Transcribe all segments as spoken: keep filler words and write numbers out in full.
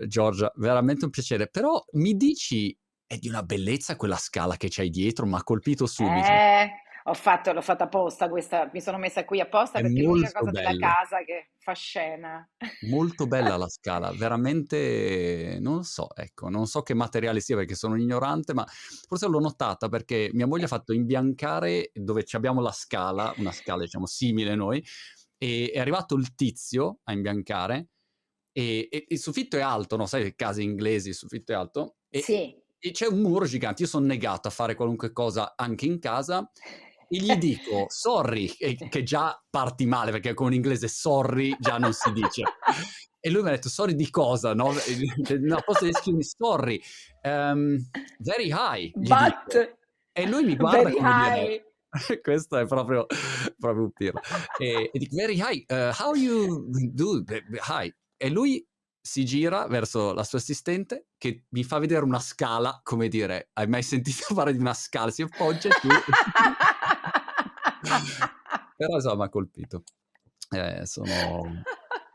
Giorgia, veramente un piacere. Però mi dici, è di una bellezza quella scala che c'hai dietro, m'ha colpito subito. Eh, ho fatto, l'ho fatta apposta questa, mi sono messa qui apposta È perché è l'unica molto cosa della bello. casa che fa scena. Molto bella la scala, veramente non so, ecco, non so che materiale sia perché sono ignorante, ma forse l'ho notata perché mia moglie ha fatto imbiancare dove ci abbiamo la scala, una scala diciamo simile noi, e è arrivato il tizio a imbiancare e, e il soffitto è alto, no? Sai, le case inglesi, il soffitto è alto e, Sì. e c'è un muro gigante. Io sono negato a fare qualunque cosa anche in casa e gli dico sorry, che, che già parti male perché con inglese sorry già non si dice. E lui mi ha detto sorry di cosa? No, no posso scrivermi sorry, um, very high, gli dico. But E lui mi guarda very come dire, high. questo è proprio, proprio un pirla. E, e dico very high, uh, how you do high? E lui si gira verso la sua assistente che mi fa vedere una scala, come dire, hai mai sentito parlare di una scala? Si appoggia e tu... Però insomma mi ha colpito. Eh, sono...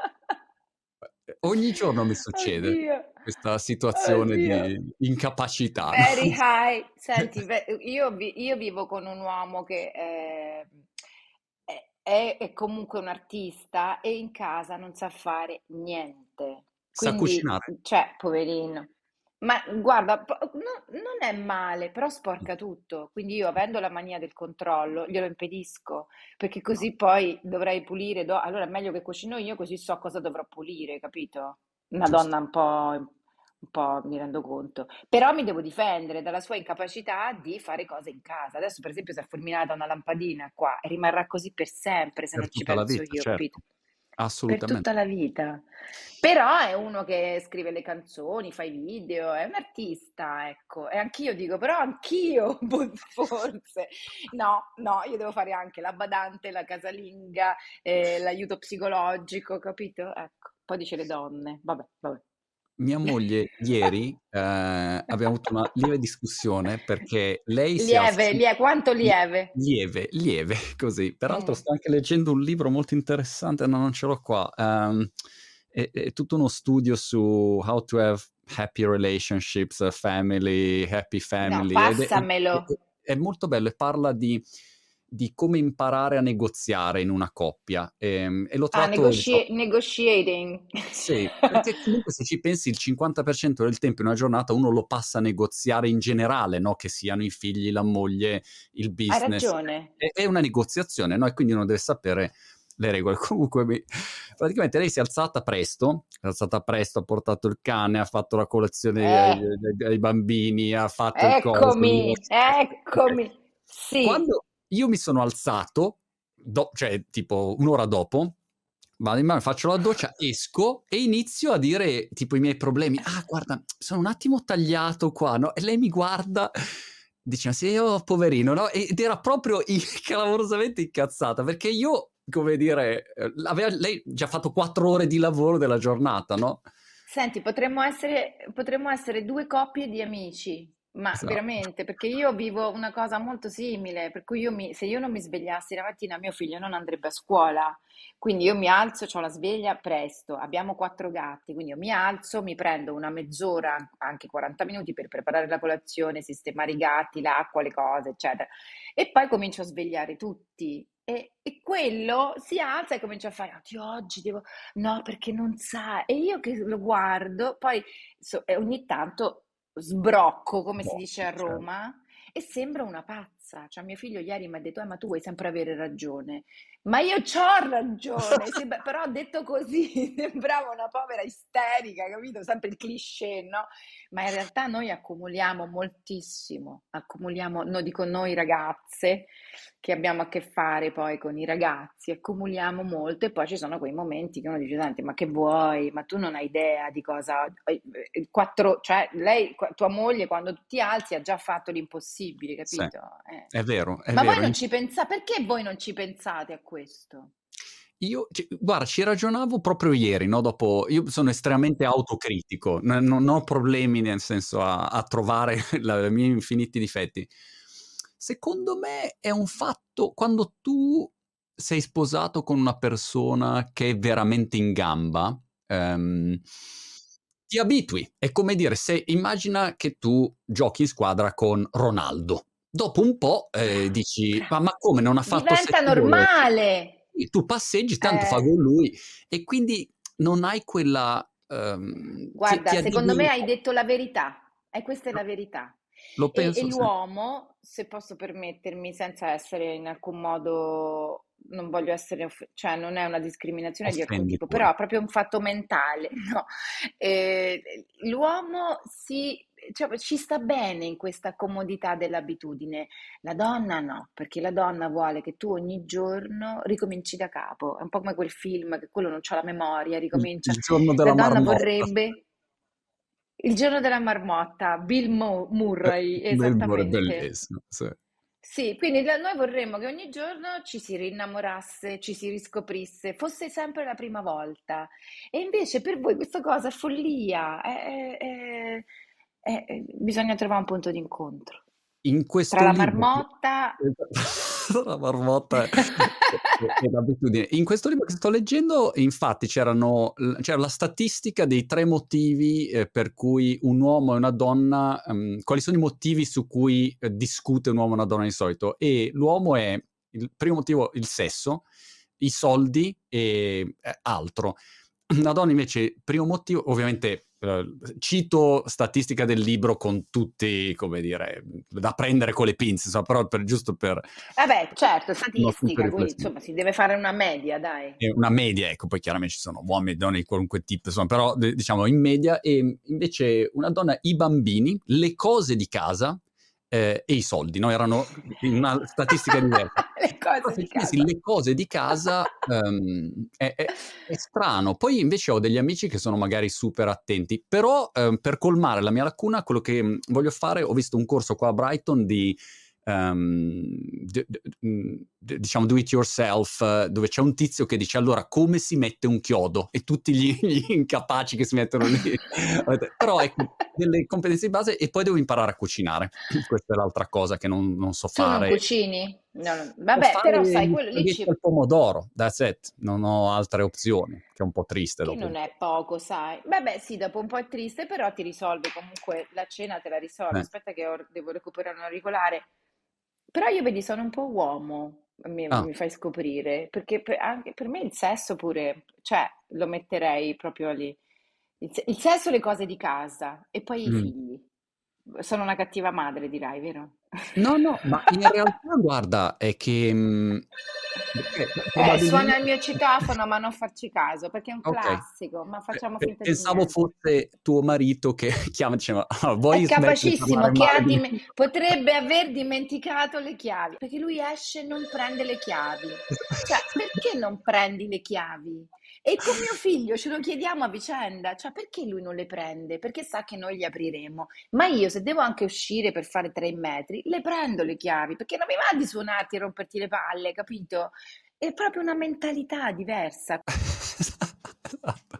Ogni giorno mi succede Oddio, questa situazione oddio. di incapacità, no? Very high. Senti, ve- io, vi- io vivo con un uomo che eh, è, è- è comunque un artista e in casa non sa fare niente. Sa Quindi, cucinare. cioè, poverino. Ma guarda, po- no- non è male, però sporca tutto. Quindi io, avendo la mania del controllo, glielo impedisco, perché No, così poi dovrei pulire. do- Allora è meglio che cucino io, così so cosa dovrò pulire, capito? Una giusto. donna un po', un po' mi rendo conto. Però mi devo difendere dalla sua incapacità di fare cose in casa. Adesso, per esempio, si è fulminata una lampadina qua e rimarrà così per sempre se Per non ci tutta la penso vita, io, capito? certo. Per tutta Assolutamente. la vita. Però è uno che scrive le canzoni, fa i video, è un artista, ecco. E anch'io dico, però anch'io, forse. No, no, io devo fare anche la badante, la casalinga, eh, l'aiuto psicologico, capito? Ecco, poi dice le donne. Vabbè, vabbè. Mia moglie ieri, ehm, abbiamo avuto una lieve discussione perché lei si è Lieve, alza lie- quanto lie lieve? lieve, lieve così. Peraltro Mm. sto anche leggendo un libro molto interessante, no, non ce l'ho qua. Ehm, è è tutto uno studio su how to have happy relationships, uh, family, happy No, family ed è è passamelo. è è molto bello e parla di di come imparare a negoziare in una coppia. Ehm, e l'ho Ah, trovato diciamo negotia- negotiating. sì, perché comunque se ci pensi il cinquanta per cento del tempo in una giornata uno lo passa a negoziare in generale, no? Che siano i figli, la moglie, il Hai business, ragione. è, è una negoziazione, no? E quindi uno deve sapere le regole. Comunque, mi- praticamente lei si è alzata presto, è alzata presto, ha portato il cane, ha fatto la colazione ai, Eh, ai- ai bambini, ha fatto il coso. eccomi, Ok. eccomi. Sì. Quando io mi sono alzato, do- cioè tipo un'ora dopo, vado in mano, faccio la doccia, esco e inizio a dire tipo i miei problemi. Ah, guarda, sono un attimo tagliato qua, no? E lei mi guarda, diceva, sì, io poverino, no? Ed era proprio i- clamorosamente incazzata, perché io, come dire, eh, aveva lei già fatto quattro ore di lavoro della giornata, no? Senti, potremmo essere, potremmo essere due coppie di amici, ma Esatto. veramente, perché io vivo una cosa molto simile, per cui io mi- se io non mi svegliassi la mattina, mio figlio non andrebbe a scuola. Quindi io mi alzo, ho la sveglia presto, abbiamo quattro gatti, quindi io mi alzo, mi prendo una mezz'ora, anche quaranta minuti per preparare la colazione, sistemare i gatti, l'acqua, le cose, eccetera. E poi comincio a svegliare tutti. E, e quello si alza e comincia a fare, oddio, oggi devo... No, perché non sa. E io che lo guardo, poi so- e ogni tanto sbrocco, come si Boh, dice a cioè, Roma, e sembra una pazza. Cioè, mio figlio ieri mi ha detto, eh, ma tu vuoi sempre avere ragione. Ma io c'ho ragione, sembra- però detto così sembrava una povera isterica, capito? Sempre il cliché, no? Ma in realtà noi accumuliamo moltissimo, accumuliamo, no, dico noi ragazze che abbiamo a che fare poi con i ragazzi, accumuliamo molto e poi ci sono quei momenti che uno dice, senti, ma che vuoi? Ma tu non hai idea di cosa... eh, eh, Quattro, cioè, lei, qua- tua moglie, quando tu ti alzi ha già fatto l'impossibile, sì, capito? Eh. è vero, è Ma voi vero. non ci pensate, perché voi non ci pensate a questo? Io, ci- guarda, ci ragionavo proprio ieri, no? Dopo, io sono estremamente autocritico, n- non ho problemi nel senso a, a trovare la- i miei infiniti difetti. Secondo me è un fatto, quando tu sei sposato con una persona che è veramente in gamba, ehm, ti abitui. È come dire, se immagina che tu giochi in squadra con Ronaldo. Dopo un po', ehm, dici: "Ma ma come non ha fatto Diventa sette gol?" normale. Sì, tu passeggi, tanto fa Eh. gol lui, e quindi non hai quella, ehm, ti Guarda, ti secondo adegui me un hai po'. detto la verità, e questa è Lo la verità. lo E, e penso, sì. l'uomo, se posso permettermi, senza essere in alcun modo, non voglio essere, off- cioè non è una discriminazione di alcun Offendi tipo, pure. però è proprio un fatto mentale, no? Eh, l'uomo si, cioè, ci sta bene in questa comodità dell'abitudine. La donna no, perché la donna vuole che tu ogni giorno ricominci da capo. È un po' come quel film che quello non c'ha la memoria, Il ricomincia. il giorno La della donna marmotta. vorrebbe il giorno della marmotta, Bill Mu- Eh, Murray, Melbourne è esattamente. bellissimo, sì. Sì, quindi la- noi vorremmo che ogni giorno ci si rinnamorasse, ci si riscoprisse, fosse sempre la prima volta. E invece per voi questa cosa è follia. è- è- è- è- bisogna trovare un punto d'incontro In tra questo la libro che marmotta. la marmotta è è è l'abitudine. In questo libro che sto leggendo, infatti, c'erano l c'era la statistica dei tre motivi, ehm, per cui un uomo e una donna, ehm, quali sono i motivi su cui, ehm, discute un uomo e una donna di solito, e l'uomo è il primo motivo il sesso, i soldi e, ehm, altro. La donna invece, primo motivo, ovviamente, ehm, cito statistica del libro con tutti, come dire, da prendere con le pinze, insomma, però per giusto per Vabbè, certo, uno spunto di statistica, quindi riflessione. insomma si deve fare una media, dai. È una media, ecco, poi chiaramente ci sono uomini e donne di qualunque tipo, insomma, però d diciamo in media, e invece una donna i bambini, le cose di casa, ehm, e i soldi, no, erano in una statistica diversa. Le Però cose se di ci pensi, casa. le cose di casa, ehm, è è è strano. Poi invece ho degli amici che sono magari super attenti, però, ehm, per colmare la mia lacuna, quello che, mhmm, voglio fare, ho visto un corso qua a Brighton di, ehm, d d mhmm, d diciamo do it yourself, eh, dove c'è un tizio che dice: "Allora, come si mette un chiodo?" E tutti gli gli incapaci che si mettono lì. Però ecco, delle competenze di base, e poi devo imparare a cucinare. Questa è l'altra cosa che non non so Tu non fare. cucini? No, no. So Vabbè, fare però sai, gli quello lì spaghetti ci. al pomodoro, that's it. Non ho altre opzioni, che è un po' triste Che dopo un non po'. è poco, sai. Vabbè, sì, dopo un po' è triste, però ti risolve comunque la cena, te la risolve. Eh. Aspetta che ho- devo recuperare un auricolare. Però io vedi, sono un po' uomo, mi, Ah, mi fai scoprire, perché per, anche per me il sesso pure, cioè, lo metterei proprio lì. Il, se- il sesso e le cose di casa, e poi i mh. figli. Sono una cattiva madre, dirai, vero? No, no, ma in realtà guarda è che, mhmm, cioè Eh, suona il probabilmente mio citofono, ma non farci caso, perché è un okay. classico, ma Pe facciamo pe finta di pensavo niente. fosse tuo marito che chiama e diceva: "Ah, È vuoi smettere di capacissimo parlare che ha male di". dim- potrebbe aver dimenticato le chiavi, perché lui esce e non prende le chiavi. Cioè, perché non prendi le chiavi? E con mio figlio ce lo chiediamo a vicenda, cioè perché lui non le prende? Perché sa che noi gli apriremo. Ma io se devo anche uscire per fare tre metri, le prendo le chiavi, perché non mi va di suonarti e romperti le palle, capito? È proprio una mentalità diversa. Esatto.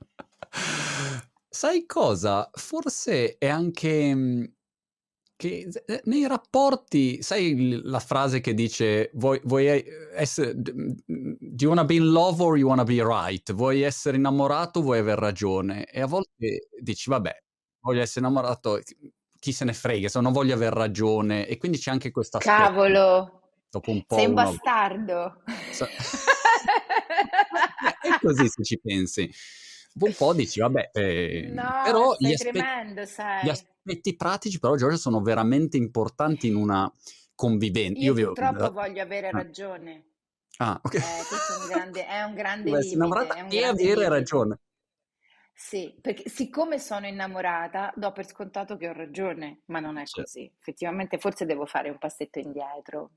Sai cosa? Forse è anche, mhmm, che s ehm, nei rapporti, sai il la frase che dice: "Vuoi vuoi e esse d mhmm, do you wanna be in love or you wanna be right?" Vuoi essere innamorato o vuoi aver ragione? E a volte dici: "Vabbè, voglio essere innamorato, chi chi se ne frega, se non voglio aver ragione." E quindi c'è anche questo aspetto. Cavolo, Dopo un sei po' un uno bastardo. sa eh, è così se ci pensi. Dopo un po' dici: "Vabbè", ehm, No, però gli sei aspe tremendo, gli sai. aspetti pratici però, Giorgia, sono veramente importanti in una conviven io Io vivo purtroppo voglio avere ah, ragione. ah, okay. Eh, questo è un grande, è un grande Devo essere limite, innamorata è un e grande avere limite. ragione. Sì, perché siccome sono innamorata, do per scontato che ho ragione, ma non è Cioè, così. Effettivamente, forse devo fare un passetto indietro.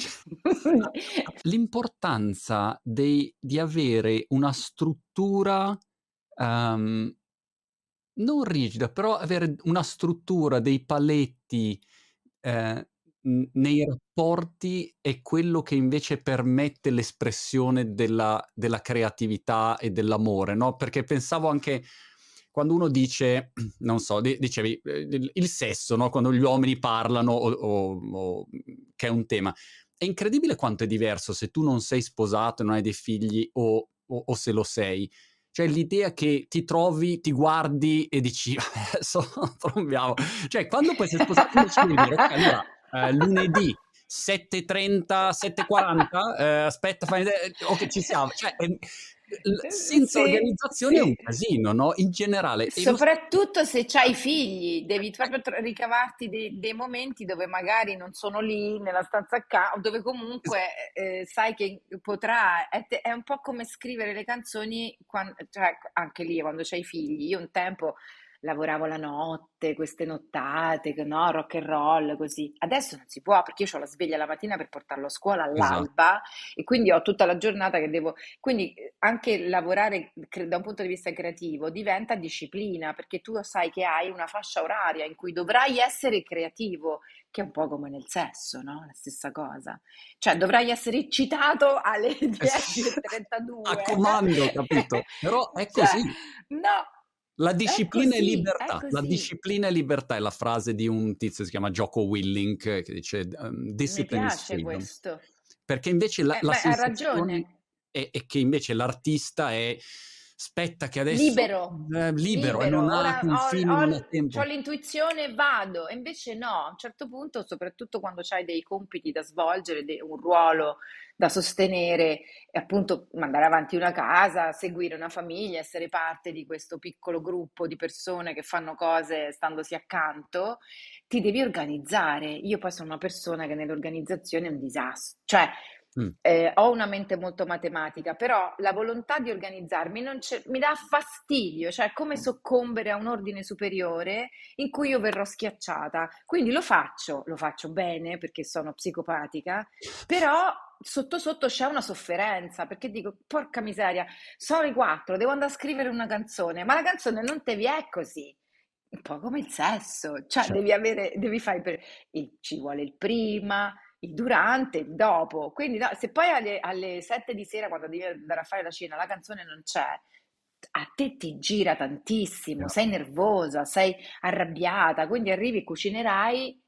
l'importanza dei di avere una struttura, uhm non rigida, però avere una struttura, dei paletti, ehm, n nei rapporti, è quello che invece permette l'espressione della della creatività e dell'amore, no, perché pensavo anche quando uno dice, non so, di dicevi, ehm, il il sesso, no, quando gli uomini parlano o o o mhmm, che è un tema. È incredibile quanto è diverso se tu non sei sposato e non hai dei figli o o o se lo sei. Cioè l'idea che ti trovi, ti guardi e dici: "Adesso proviamo". Cioè quando poi sei sposato invece devi dire: "Okay, allora, ehm, lunedì sette e trenta, sette e quaranta, ehm, aspetta fammi vedere, okay ci siamo". Cioè, ehm, l Eh, senza sì, organizzazione è un sì. casino, no, in generale. E lo stesso Soprattutto se c'hai figli, devi proprio tro- ricavarti dei, dei momenti dove magari non sono lì nella stanza accanto, dove es comunque eh, sai che potrà. È, te- è un po' come scrivere le canzoni, quan- cioè, anche lì quando c'hai figli. Io un tempo lavoravo la notte, queste nottate, che no, rock and roll, così. Adesso non si può perché io ho la sveglia la mattina per portarlo a scuola esatto, all'alba e quindi ho tutta la giornata che devo quindi eh, anche lavorare cre- da un punto di vista creativo diventa disciplina, perché tu sai che hai una fascia oraria in cui dovrai essere creativo, che è un po' come nel sesso, no? La stessa cosa. Cioè dovrai essere eccitato alle es a dieci e trentadue. comando, capito? Però è Cioè, così. no, La è disciplina è così, è libertà, la così. disciplina è libertà, è la frase di un tizio che si chiama Jocko Willink che dice, ehm: Mi "Discipline is piace freedom". questo. Perché invece la Eh, la ma ha sensazione ragione. è è che invece l'artista è: "Aspetta che adesso" Libero, ehm, libero e non libero. ha Ora confini, ho, non ha ho- c'ho tempo. l'intuizione e vado. E invece no, a un certo punto, soprattutto quando c'hai dei compiti da svolgere, de- un ruolo da sostenere, e appunto mandare avanti una casa, seguire una famiglia, essere parte di questo piccolo gruppo di persone che fanno cose standosi accanto, ti devi organizzare. Io poi sono una persona che nell'organizzazione è un disastro. Cioè, Mh, eh, ho una mente molto matematica, però la volontà di organizzarmi non c'è- mi dà fastidio, cioè è come soccombere a un ordine superiore in cui io verrò schiacciata. Quindi lo faccio, lo faccio bene perché sono psicopatica, però sotto sotto c'è una sofferenza perché dico, porca miseria, sono le quattro, devo andare a scrivere una canzone, ma la canzone non te vi è così. Un po' come il sesso, cioè cer devi avere, devi fare per, il- ci vuole il prima, il durante, il dopo. Quindi no, se poi alle, alle sette di sera, quando devi andare a fare la cena, la canzone non c'è, a te ti gira tantissimo, sei nervosa, sei arrabbiata, quindi arrivi e cucinerai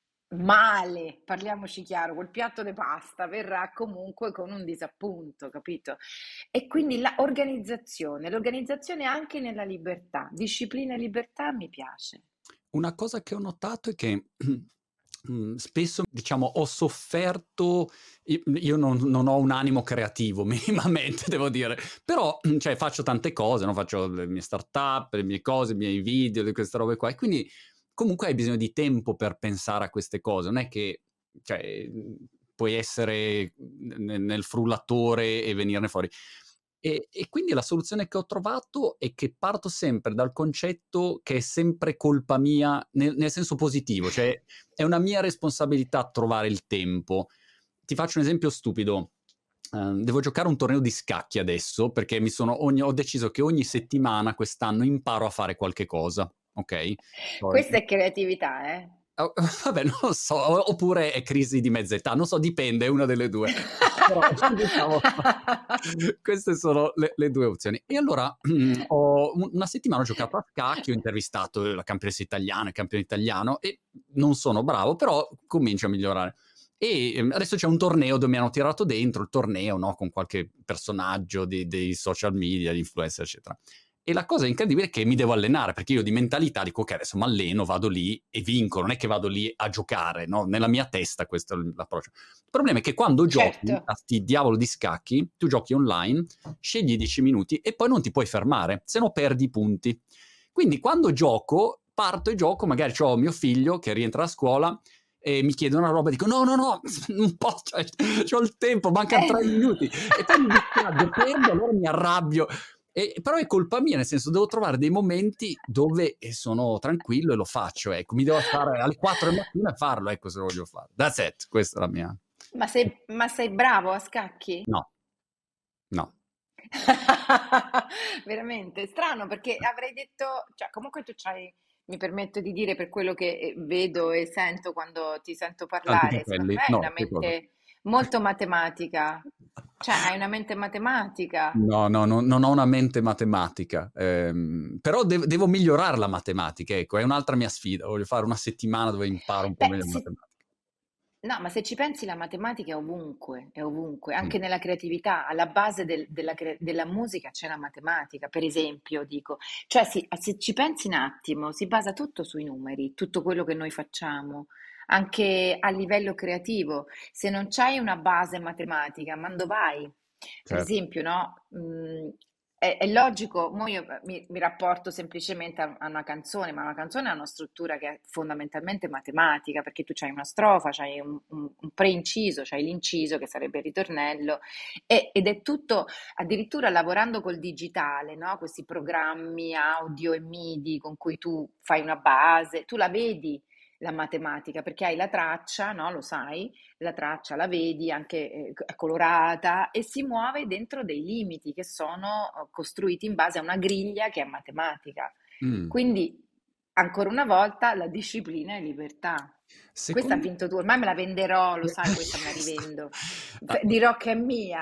male, parliamoci chiaro, quel piatto di pasta verrà comunque con un disappunto, capito? E quindi l'organizzazione, l'organizzazione anche nella libertà, disciplina e libertà mi piace. Una cosa che ho notato è che, mhmm, spesso, diciamo, ho sofferto i io non non ho un animo creativo minimamente, devo dire, però, mhmm, cioè faccio tante cose, no, faccio le mie startup, le mie cose, i miei video, di queste robe qua, e quindi comunque hai bisogno di tempo per pensare a queste cose. Non è che cioè, mhmm, puoi essere ne nel frullatore e venirne fuori. E e quindi la soluzione che ho trovato è che parto sempre dal concetto che è sempre colpa mia, nel nel senso positivo, cioè è una mia responsabilità trovare il tempo. Ti faccio un esempio stupido: ehm, devo giocare un torneo di scacchi adesso, perché mi sono ogni ho deciso che ogni settimana quest'anno imparo a fare qualche cosa, okay? Poi Questa è creatività, eh? Oh, vabbè, non lo so, o oppure è crisi di mezza età, non so, dipende, è una delle due. Però diciamo queste sono le le due opzioni. E allora, ho u una settimana ho giocato a scacchi, ho intervistato la campionessa italiana, il campione italiano e non sono bravo, però comincio a migliorare. E, ehm, adesso c'è un torneo dove mi hanno tirato dentro, il torneo, no, con qualche personaggio di dei social media, di influencer, eccetera. E la cosa incredibile è che mi devo allenare, perché io di mentalità dico: "Okay, adesso m'alleno, vado lì e vinco", non è che vado lì a giocare, no, nella mia testa questo è l l'approccio. Il problema è che quando Certo. giochi a 'sti diavolo di scacchi, tu giochi online, scegli i dieci minuti e poi non ti puoi fermare, se no perdi i punti. Quindi quando gioco, parto e gioco, magari c'ho mio figlio che rientra da scuola e mi chiede una roba, dico: "No, no, no, non posso, cioè c'ho il tempo, mancan Eh. tre minuti". E poi mi distraggo, perdo, allora mi arrabbio. E però è colpa mia, nel senso devo trovare dei momenti dove, ehm, sono tranquillo e lo faccio, ecco. Mi devo alzare alle quattro del mattino e farlo, ecco, se lo voglio fare. That's it, questa è la mia. Ma sei, ma sei bravo a scacchi? No, no. Veramente strano perché avrei detto, cioè comunque tu c'hai, mi permetto di dire per quello che eh, vedo e sento quando ti sento Tanti parlare, secondo capelli? me hai una No, che cosa? mente molto matematica, cioè hai una mente matematica. No, no, no, non ho una mente matematica, ehm, però dev devo migliorare la matematica, ecco, è un'altra mia sfida. Voglio fare una settimana dove imparo un po' Beh, meglio la se matematica. No, ma se ci pensi la matematica è ovunque, è ovunque, anche Mm, nella creatività, alla base del- della, cre- della musica c'è la matematica, per esempio, dico, cioè si- se ci pensi un attimo, si basa tutto sui numeri, tutto quello che noi facciamo, anche a livello creativo. Se non c'hai una base matematica, ma dove vai? Per certo. esempio, no? Mm, è, è logico, mo io eh, mi, mi rapporto semplicemente a, a una canzone, ma una canzone ha una struttura che è fondamentalmente matematica, perché tu c'hai una strofa, c'hai un, un, un pre-inciso, c'hai l'inciso che sarebbe il ritornello, e- ed è tutto, addirittura lavorando col digitale, no? Questi programmi audio e MIDI con cui tu fai una base, tu la vedi la matematica perché hai la traccia, no? Lo sai, la traccia la vedi anche eh, è colorata e si muove dentro dei limiti che sono eh, costruiti in base a una griglia che è matematica. Mm. Quindi, ancora una volta, la disciplina è libertà. Questa ha Secondo... vinto tu, ormai me la venderò, lo sai, questa me la rivendo. Ah, F- dirò che è mia.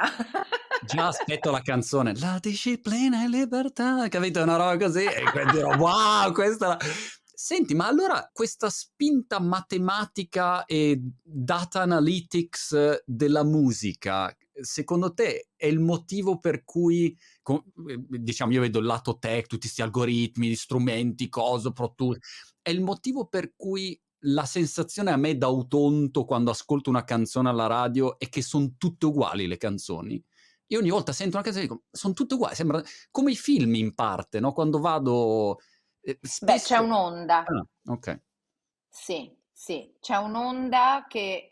già aspetto la canzone, la disciplina e libertà, capito? Una roba così, e quindi dirò, wow, questa... la-". Senti, ma allora questa spinta matematica e data analytics della musica, secondo te è il motivo per cui, co- diciamo, io vedo il lato tech, tutti questi algoritmi, strumenti, cose, Pro Tools, è il motivo per cui la sensazione a me da utonto quando ascolto una canzone alla radio è che sono tutte uguali le canzoni? Io ogni volta sento una canzone e dico, sono tutte uguali, sembra come i film in parte, no? Quando vado, eh, Beh, c'è spesso... un'onda. Ah, ok, Sì, sì, c'è un'onda che...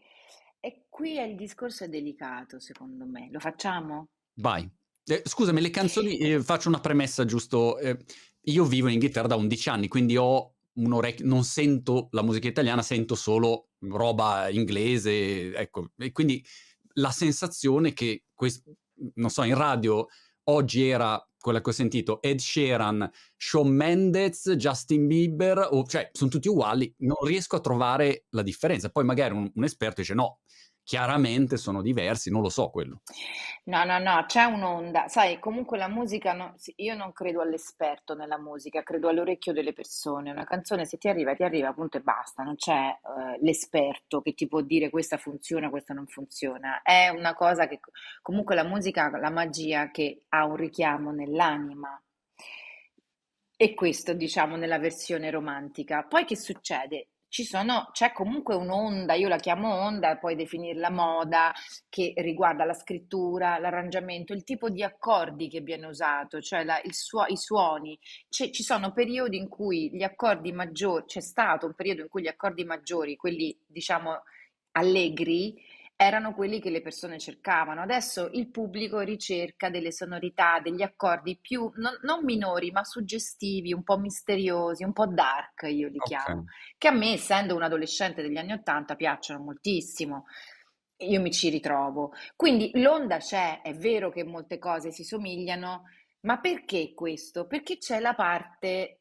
E qui è il discorso è delicato, secondo me. Lo facciamo? vai. Eh, scusami, le canzoni, eh, faccio una premessa giusto. Eh, io vivo in Inghilterra da undici anni, quindi ho un orecchio, non sento la musica italiana, sento solo roba inglese, ecco. E quindi la sensazione che, quest- non so, in radio oggi era quella che ho sentito, Ed Sheeran, Shawn Mendes, Justin Bieber, o, cioè sono tutti uguali, non riesco a trovare la differenza. Poi magari un, un esperto dice no, chiaramente sono diversi, non lo so quello. No, no, no, c'è un'onda. Sai, comunque la musica, no- sì, io non credo all'esperto nella musica, credo all'orecchio delle persone. Una canzone se ti arriva, ti arriva, punto e basta. Non c'è eh, l'esperto che ti può dire questa funziona, questa non funziona. È una cosa che comunque la musica ha la magia che ha un richiamo nell'anima. E questo, diciamo, nella versione romantica. Poi che succede? Ci sono, c'è comunque un'onda, io la chiamo onda, e puoi definirla moda, che riguarda la scrittura, l'arrangiamento, il tipo di accordi che viene usato, cioè la- il suo- i suoni. C'è- ci sono periodi in cui gli accordi maggiori, c'è stato un periodo in cui gli accordi maggiori, quelli diciamo allegri, erano quelli che le persone cercavano. Adesso il pubblico ricerca delle sonorità, degli accordi più non, non minori, ma suggestivi, un po' misteriosi, un po' dark, io li Ok. chiamo, che a me, essendo un adolescente degli anni Ottanta, piacciono moltissimo. Io mi ci ritrovo. Quindi l'onda c'è, è vero che molte cose si somigliano, ma perché questo? Perché c'è la parte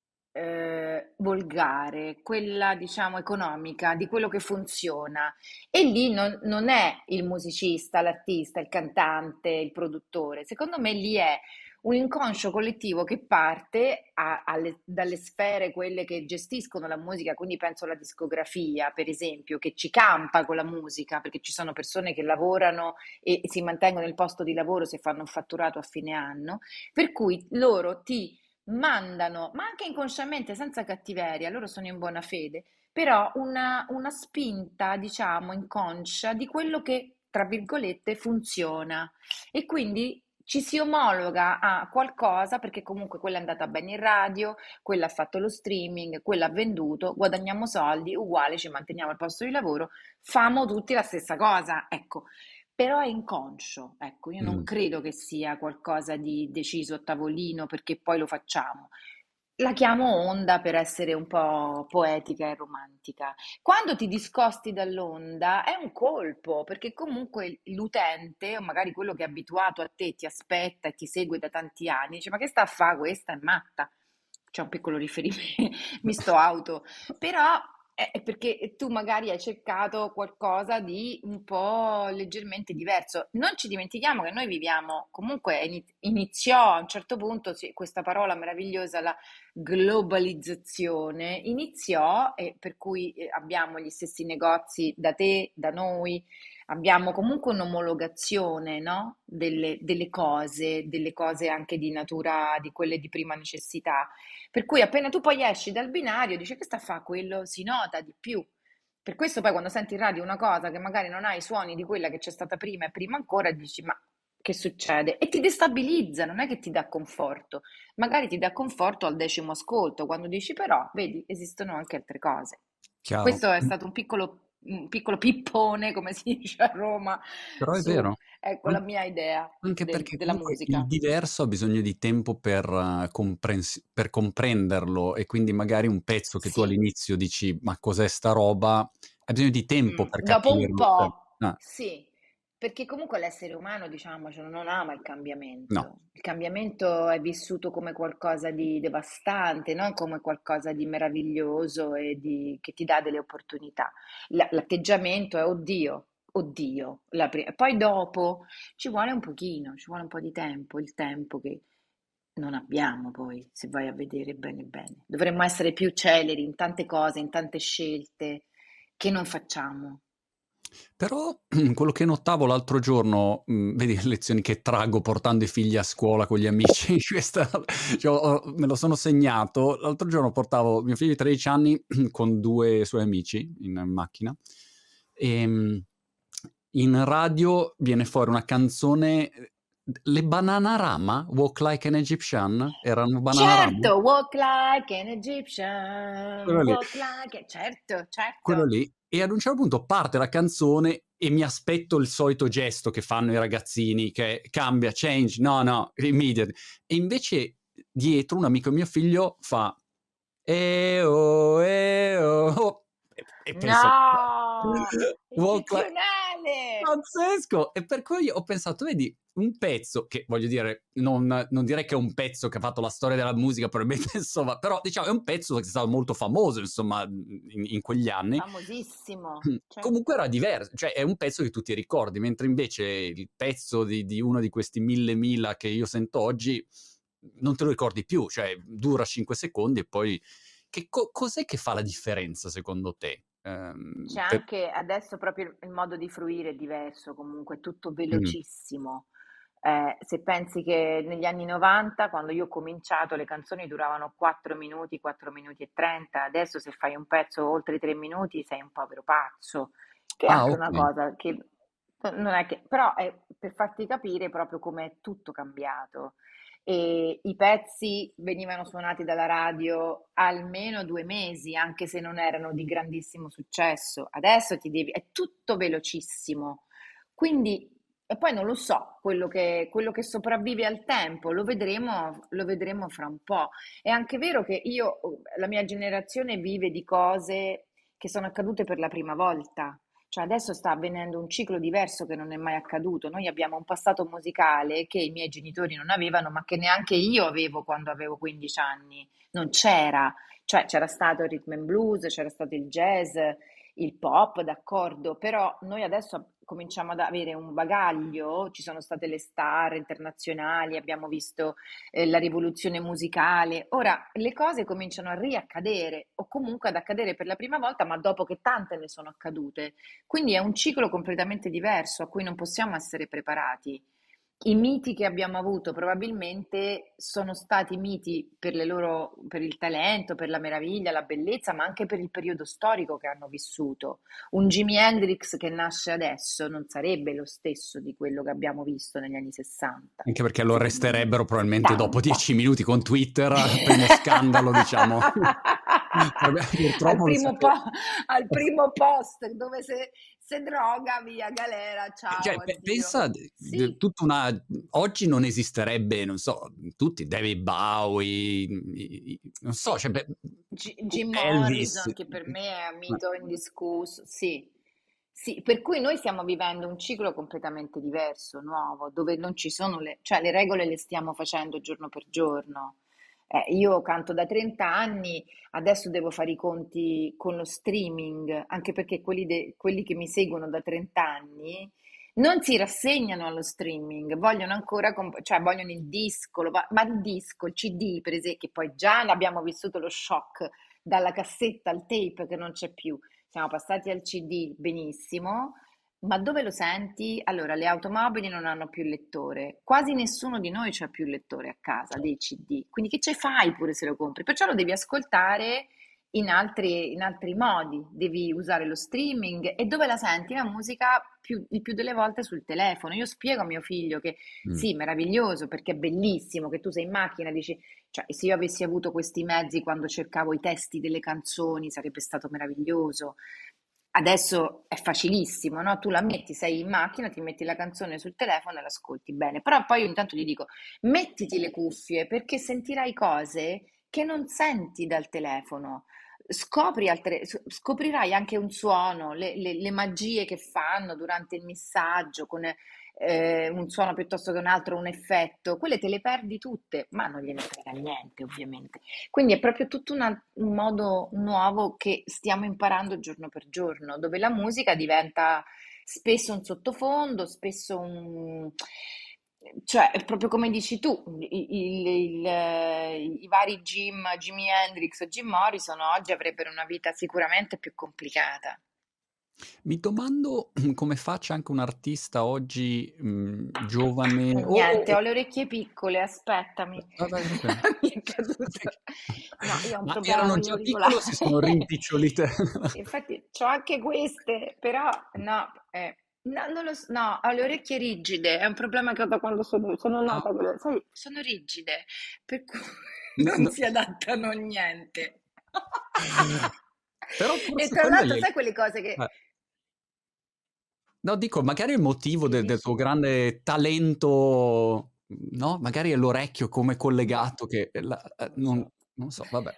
eh, volgare, quella diciamo economica, di quello che funziona. E lì non, non è il musicista, l'artista, il cantante, il produttore. Secondo me lì è un inconscio collettivo che parte a- alle- dalle sfere, quelle che gestiscono la musica, quindi penso alla discografia, per esempio, che ci campa con la musica, perché ci sono persone che lavorano e si mantengono nel posto di lavoro se fanno un fatturato a fine anno, per cui loro ti mandano, ma anche inconsciamente, senza cattiveria, loro sono in buona fede, però una, una spinta, diciamo, inconscia di quello che, tra virgolette, funziona. E quindi ci si omologa a qualcosa perché comunque quella è andata bene in radio, quella ha fatto lo streaming, quella ha venduto, guadagniamo soldi, uguale, ci manteniamo al posto di lavoro, famo tutti la stessa cosa, ecco. Però è inconscio, ecco, io non Mm. credo che sia qualcosa di deciso a tavolino perché poi lo facciamo. La chiamo onda per essere un po' poetica e romantica. Quando ti discosti dall'onda è un colpo, perché comunque l'utente, o magari quello che è abituato a te, ti aspetta e ti segue da tanti anni, dice: Ma che sta a fare questa? È matta. C'è un piccolo riferimento, mi sto auto. Però Eh, è perché tu magari hai cercato qualcosa di un po' leggermente diverso. Non ci dimentichiamo che noi viviamo, comunque ini- iniziò a un certo punto, sì, questa parola meravigliosa, la globalizzazione, iniziò e per cui eh, abbiamo gli stessi negozi da te, da noi, abbiamo comunque un'omologazione, no? Delle, delle cose, delle cose anche di natura, di quelle di prima necessità. Per cui appena tu poi esci dal binario, dici che sta a fa quello, si nota di più. Per questo poi quando senti in radio una cosa che magari non ha i suoni di quella che c'è stata prima e prima ancora, dici ma che succede? E ti destabilizza, non è che ti dà conforto. Magari ti dà conforto al decimo ascolto, quando dici però, vedi, esistono anche altre cose. Chiaro. Questo è stato un piccolo, un piccolo pippone, come si dice a Roma, Però è su, vero. ecco, la An mia idea anche del- perché della comunque il musica. diverso ha bisogno di tempo per eh, comprens per comprenderlo e quindi magari un pezzo che tu Sì. all'inizio dici: "Ma cos'è sta roba?" Hai bisogno di tempo Mh, per dopo un capirlo, cioè po', ah, sì, perché comunque l'essere umano, diciamocelo, non ama il no. cambiamento. Il cambiamento è vissuto come qualcosa di devastante, non come qualcosa di meraviglioso e di che ti dà delle opportunità. L l'atteggiamento è: "Oddio, oddio", la pri poi dopo ci vuole un pochino, ci vuole un po' di tempo, il tempo che non abbiamo poi, se vai a vedere bene bene. Dovremmo essere più celeri in tante cose, in tante scelte che non facciamo. Però quello che notavo l'altro giorno, mhmm, vedi le lezioni che traggo portando i figli a scuola con gli amici, questa cioè ho ho me lo sono segnato. L'altro giorno portavo mio figlio di tredici anni con due suoi amici in macchina, ehm, in radio viene fuori una canzone, ehm, d le Bananarama, "Walk Like an Egyptian", erano Bananarama? Certo, walk like an Egyptian, Quello lì. walk like a... Certo, Quello certo. lì. E ad un certo punto parte la canzone e mi aspetto il solito gesto che fanno i ragazzini, che cambia, change, no, no, immediate. E invece dietro un amico mio figlio fa "Eh oh, eh oh, oh", e e penso No, walk like eccezionale! pazzesco! E per cui ho pensato, vedi, un pezzo che voglio dire, non, non direi che è un pezzo che ha fatto la storia della musica, probabilmente, insomma, però diciamo è un pezzo che è stato molto famoso, insomma, in, in quegli anni. Famosissimo, Comunque certo. era diverso, cioè è un pezzo che tu ti ricordi, mentre invece il pezzo di, di uno di questi mille mila che io sento oggi non te lo ricordi più, cioè dura cinque secondi e poi... Che co- cos'è che fa la differenza secondo te? C'è Ehm, per- anche adesso proprio il il modo di fruire è diverso, comunque è tutto Mm. velocissimo. Eh, se pensi che negli anni novanta, quando io ho cominciato, le canzoni duravano quattro minuti, quattro minuti e trenta, adesso se fai un pezzo oltre i tre minuti sei un povero pazzo, che è Ah, anche ok. una cosa che non è che, però è per farti capire proprio come è tutto cambiato. E i pezzi venivano suonati dalla radio almeno due mesi, anche se non erano di grandissimo successo. Adesso ti devi, è tutto velocissimo. Quindi, e poi non lo so, quello che, quello che sopravvive al tempo, lo vedremo, lo vedremo fra un po'. È anche vero che io, la mia generazione vive di cose che sono accadute per la prima volta. Cioè adesso sta avvenendo un ciclo diverso che non è mai accaduto. Noi abbiamo un passato musicale che i miei genitori non avevano, ma che neanche io avevo quando avevo quindici anni. Non c'era. Cioè c'era stato il rhythm and blues, c'era stato il jazz, il pop, d'accordo, però noi adesso cominciamo ad avere un bagaglio, ci sono state le star internazionali, abbiamo visto eh, la rivoluzione musicale. Ora le cose cominciano a riaccadere o comunque ad accadere per la prima volta, ma dopo che tante ne sono accadute. Quindi è un ciclo completamente diverso a cui non possiamo essere preparati. I miti che abbiamo avuto probabilmente sono stati miti per le loro, per il talento, per la meraviglia, la bellezza, ma anche per il periodo storico che hanno vissuto. Un Jimi Hendrix che nasce adesso non sarebbe lo stesso di quello che abbiamo visto negli anni sessanta, Anche perché lo secondo me. arresterebbero probabilmente Da dopo un po'. dieci minuti con Twitter, primo scandalo, diciamo. Vabbè, Al purtroppo non primo, sapevo. po- al primo post dove se, se droga, via galera, ciao, Cioè, pe- addio. pensa, d- d- Sì, tutta una... Oggi non esisterebbe, non so, tutti, David Bowie, i- i- non so, sì. cioè, beh, G- Jim Elvis. Morrison, che per me è un mito indiscusso, sì. Sì, per cui noi stiamo vivendo un ciclo completamente diverso, nuovo, dove non ci sono le, cioè le regole le stiamo facendo giorno per giorno. Eh, io canto da trenta anni, adesso devo fare i conti con lo streaming, anche perché quelli, de- quelli che mi seguono da trenta anni non si rassegnano allo streaming, vogliono ancora, comp- cioè vogliono il disco, lo va- ma il disco, il C D per esempio, che poi già ne abbiamo vissuto lo shock dalla cassetta al tape che non c'è più, siamo passati al C D benissimo, ma dove lo senti? Allora, le automobili non hanno più il lettore, quasi nessuno di noi c'ha più il lettore a casa dei C D, quindi che ce fai pure se lo compri? Perciò lo devi ascoltare in altri, in altri modi, devi usare lo streaming e dove la senti la musica più, il più delle volte sul telefono. Io spiego a mio figlio che Mm. sì, meraviglioso perché è bellissimo che tu sei in macchina, dici, cioè se io avessi avuto questi mezzi quando cercavo i testi delle canzoni sarebbe stato meraviglioso. Adesso è facilissimo, no? Tu la metti, sei in macchina, ti metti la canzone sul telefono e l'ascolti bene. Però poi io intanto gli dico, mettiti le cuffie perché sentirai cose che non senti dal telefono. Scopri altre, s- scoprirai anche un suono, le, le- le magie che fanno durante il missaggio, con eh, un suono piuttosto che un altro, un effetto. Quelle te le perdi tutte, ma non gliene frega niente, ovviamente. Quindi è proprio tutto una- un modo nuovo che stiamo imparando giorno per giorno, dove la musica diventa spesso un sottofondo, spesso un... Cioè, è proprio come dici tu, i, il- il- eh, i vari Jim, Jimi Hendrix o Jim Morrison oggi avrebbero una vita sicuramente più complicata. Mi domando come faccia anche un artista oggi, mh, giovane o, Niente, ho o- le orecchie piccole, aspettami. Ah, vai, tranquillo. Mi è caduto. No, io ho un Ma problema erano con gli già piccole o si sono auricolari. rimpicciolite? Infatti, c'ho anche queste, però no, eh, no, non lo so, no, ho le orecchie rigide, è un problema che ho da quando sono, sono Ah, nata, con le- sai, sono rigide, per cui no, non no. si adattano a niente. Però E forse tra quella l'altro, gli... sai quelle cose che... eh. No, dico, magari il motivo Sì, de- del tuo dici? grande talento, no? Magari è l'orecchio come Boh. collegato che la- eh, Non lo non, so. non so, vabbè,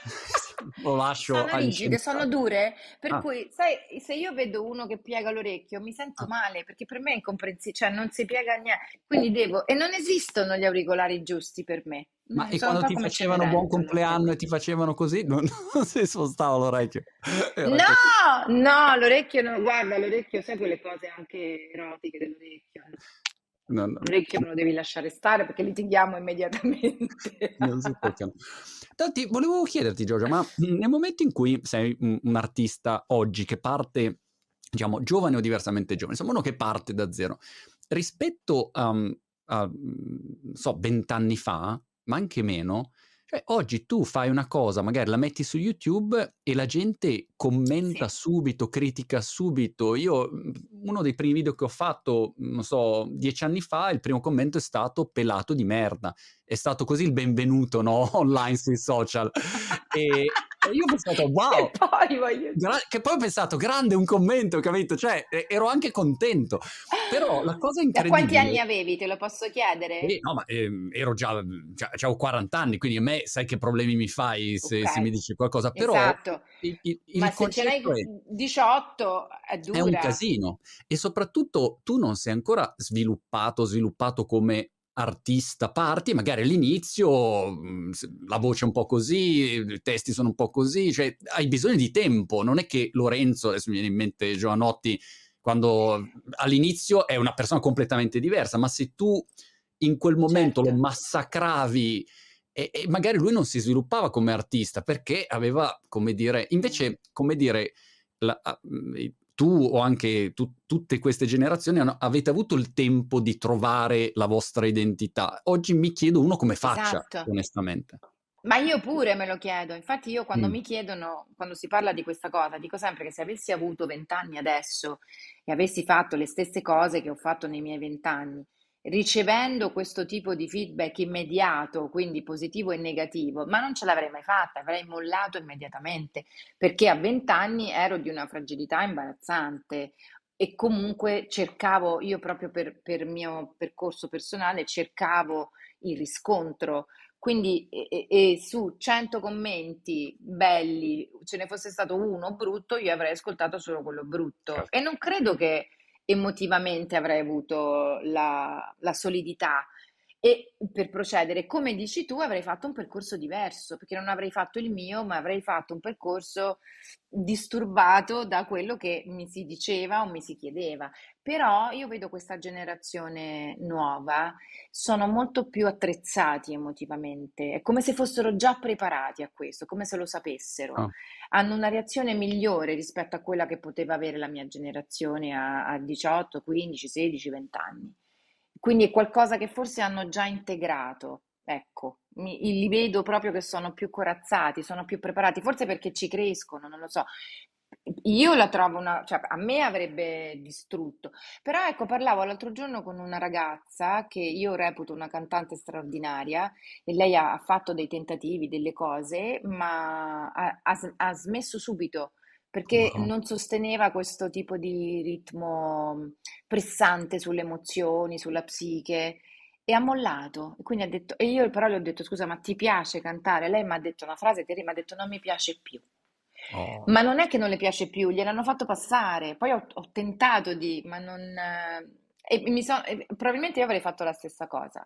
lo lascio Sono agli rigide, sono scienziati. dure, per Ah, cui, sai, se io vedo uno che piega l'orecchio, mi sento ah. male, perché per me è incomprensibile, cioè non si piega niente, quindi devo, e non esistono gli auricolari giusti per me. Ma Mm, e sono un quando po' ti come facevano buon Cenerentola. compleanno e ti facevano così, non, non si spostava l'orecchio. Era No, così. no, l'orecchio no, guarda, l'orecchio, sai quelle cose anche erotiche dell'orecchio. No, no, L'orecchio me lo devi lasciare stare perché litighiamo immediatamente. non si toccano. Tanti, volevo chiederti, Giorgia, ma nel momento in cui sei un, un artista oggi che parte, diciamo, giovane o diversamente giovane, insomma, uno che parte da zero, rispetto a, a, non so, vent'anni fa, ma anche meno, cioè oggi tu fai una cosa, magari la metti su YouTube e la gente commenta Sì. subito, critica subito. Io, mh, uno dei primi video che ho fatto, non so, dieci anni fa, il primo commento è stato pelato di merda. È stato così il benvenuto, no? Online sui social. E, e io ho pensato, Che wow, poi voglio dire. gra- che poi ho pensato, grande un commento, capito? Cioè, e- ero anche contento. Però la cosa Da quanti anni incredibile... avevi, te lo posso Eh, chiedere? no, ma ehm, ero già, cioè, avevo quaranta anni, quindi a me sai che problemi mi fai se, Ok, se mi dici qualcosa, però esatto. il, il- Ma il se ce n'hai concetto è, diciotto è è un dura. casino e soprattutto tu non sei ancora sviluppato, sviluppato come artista, parti magari all'inizio mh, se- la voce è un po' così, i testi sono un po' così, cioè hai bisogno di tempo, non è che Lorenzo, adesso mi viene in mente Giovanotti, quando all'inizio è una persona completamente diversa, ma se tu in quel momento Certo. lo massacravi e, e magari lui non si sviluppava come artista perché aveva, come dire, Mm. invece, come dire, la- a- mh, tu o anche tu- tutte queste generazioni hanno- avete avuto il tempo di trovare la vostra identità. Oggi mi chiedo uno come faccia, Esatto. onestamente. Ma io pure me lo chiedo. Infatti io quando Mm. mi chiedono, quando si parla di questa cosa, dico sempre che se avessi avuto venti anni adesso e avessi fatto le stesse cose che ho fatto nei miei venti anni, ricevendo questo tipo di feedback immediato, quindi positivo e negativo, ma non ce l'avrei mai fatta, avrei mollato immediatamente, perché a venti anni ero di una fragilità imbarazzante e comunque cercavo, io proprio per, per mio percorso personale, cercavo il riscontro. Quindi, e, e- e su cento commenti belli, ce ne fosse stato uno brutto, io avrei ascoltato solo quello brutto. E Certo. non credo che emotivamente avrei avuto la, la solidità. E per procedere, come dici tu, avrei fatto un percorso diverso, perché non avrei fatto il mio, ma avrei fatto un percorso disturbato da quello che mi si diceva o mi si chiedeva. Però io vedo questa generazione nuova, sono molto più attrezzati emotivamente, è come se fossero già preparati a questo, come se lo sapessero. Ah. Hanno una reazione migliore rispetto a quella che poteva avere la mia generazione a, a diciotto, quindici, sedici, venti anni. Quindi è qualcosa che forse hanno già integrato. Ecco, mi- li vedo proprio che sono più corazzati, sono più preparati, forse perché ci crescono, non lo so. Io la trovo una, cioè a me avrebbe distrutto. Però ecco, parlavo l'altro giorno con una ragazza che io reputo una cantante straordinaria e lei ha, ha fatto dei tentativi, delle cose, ma ha, ha s- ha smesso subito perché Wow. non sosteneva questo tipo di ritmo pressante sulle emozioni, sulla psiche. E ha mollato, e quindi ha detto, e io però le ho detto, scusa, ma ti piace cantare? Lei mi ha detto una frase terribile, mi ha detto, non mi piace più. Oh. Ma non è che non le piace più, gliel'hanno fatto passare. Poi ho, ho tentato di, ma non... eh, e mi so- e probabilmente io avrei fatto la stessa cosa.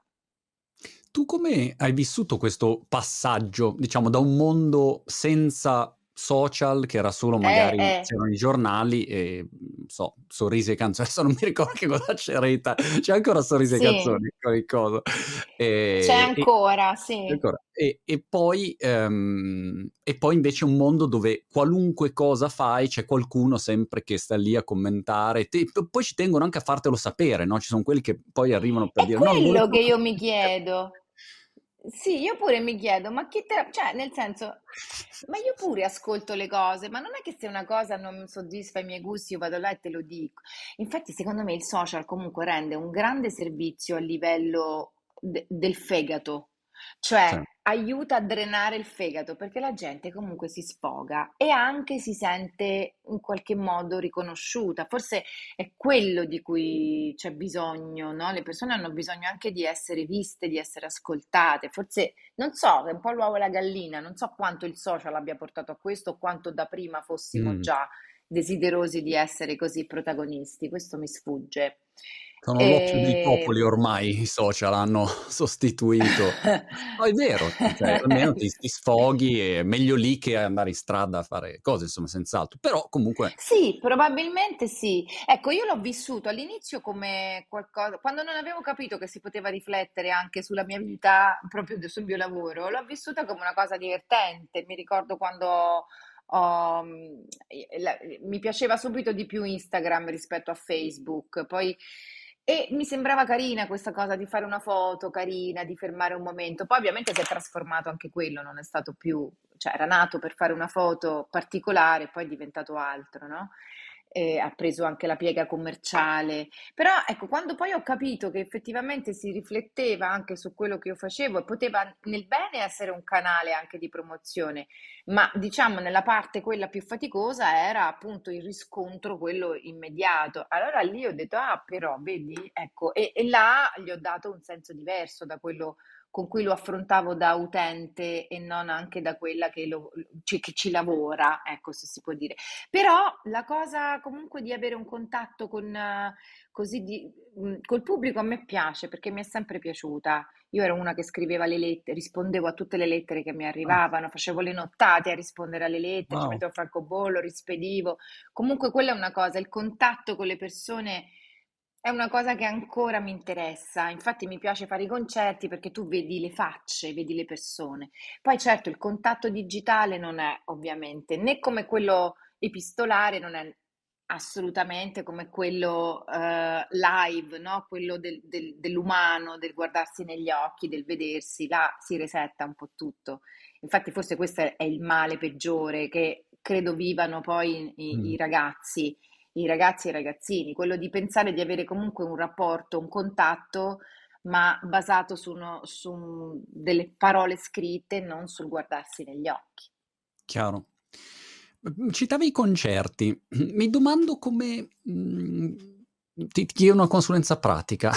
Tu come hai vissuto questo passaggio, diciamo, da un mondo senza social, che era solo Eh, magari eh, c'erano i giornali e, non so, sorrisi e canzoni, adesso non mi ricordo che cosa c'era in Ita c'è ancora sorrisi e sì, canzoni con il coso. c'è Ehm, e ancora, sì. ancora e e poi ehm, e poi invece un mondo dove qualunque cosa fai, c'è qualcuno sempre che sta lì a commentare, te p poi ci tengono anche a fartelo sapere, no, ci son quelli che poi arrivano per È dire: "No, non volevo quello che io proprio mi dire". chiedo. Sì, io pure mi chiedo, ma chi te... Cioè, nel senso, ma io pure ascolto le cose, ma non è che se una cosa non soddisfa i miei gusti, io vado là e te lo dico. Infatti, secondo me il social comunque rende un grande servizio a livello de- del fegato, Sì. cioè aiuta a drenare il fegato perché la gente comunque si sfoga e anche si sente in qualche modo riconosciuta. Forse è quello di cui c'è bisogno, no? Le persone hanno bisogno anche di essere viste, di essere ascoltate. Forse, non so, è un po' l'uovo e la gallina, non so quanto il social abbia portato a questo o quanto da prima fossimo Mh. già desiderosi di essere così protagonisti. Questo mi sfugge. Sono l'oppio dei E... popoli ormai, i social hanno sostituito. No, è vero, cioè almeno ti ti sfoghi, è meglio lì che andare in strada a fare cose, insomma, senz'altro. Però comunque Sì, probabilmente sì. Ecco, io l'ho vissuto all'inizio come qualcosa, quando non avevo capito che si poteva riflettere anche sulla mia vita, proprio de- sul mio lavoro, l'ho vissuta come una cosa divertente. Mi ricordo quando ho- mm, la- mi piaceva subito di più Instagram rispetto a Facebook, poi e mi sembrava carina questa cosa di fare una foto carina, di fermare un momento. Poi ovviamente si è trasformato anche quello, non è stato più, cioè era nato per fare una foto particolare, poi è diventato altro, no? E ha preso anche la piega commerciale. Però ecco, quando poi ho capito che effettivamente si rifletteva anche su quello che io facevo e poteva nel bene essere un canale anche di promozione, ma diciamo nella parte quella più faticosa era appunto il riscontro, quello immediato. Allora lì ho detto, ah, però, vedi, ecco, e, e là gli ho dato un senso diverso da quello con cui lo affrontavo da utente e non anche da quella che, lo- ci, che ci lavora, ecco, se si può dire. Però la cosa comunque di avere un contatto con, eh, così di, mh, col pubblico a me piace perché mi è sempre piaciuta. Io ero una che scriveva le lettere, rispondevo a tutte le lettere che mi ah, arrivavano, facevo le nottate a rispondere alle lettere, ci wow. mettevo francobollo, rispedivo. Comunque quella è una cosa, il contatto con le persone è una cosa che ancora mi interessa. Infatti mi piace fare i concerti perché tu vedi le facce, vedi le persone. Poi certo il contatto digitale non è ovviamente né come quello epistolare, non è assolutamente come quello eh, live, no? Quello del- del- dell'umano, del guardarsi negli occhi, del vedersi, là si resetta un po' tutto. Infatti forse questo è, è il male peggiore che credo vivano poi i, i Mh. ragazzi, i ragazzi e i ragazzini, quello di pensare di avere comunque un rapporto, un contatto, ma basato su, uno- su un- delle parole scritte, non sul guardarsi negli occhi. Chiaro. Mhmm, citavi i concerti. Mi domando come mhmm, ti ti chiedo una consulenza pratica.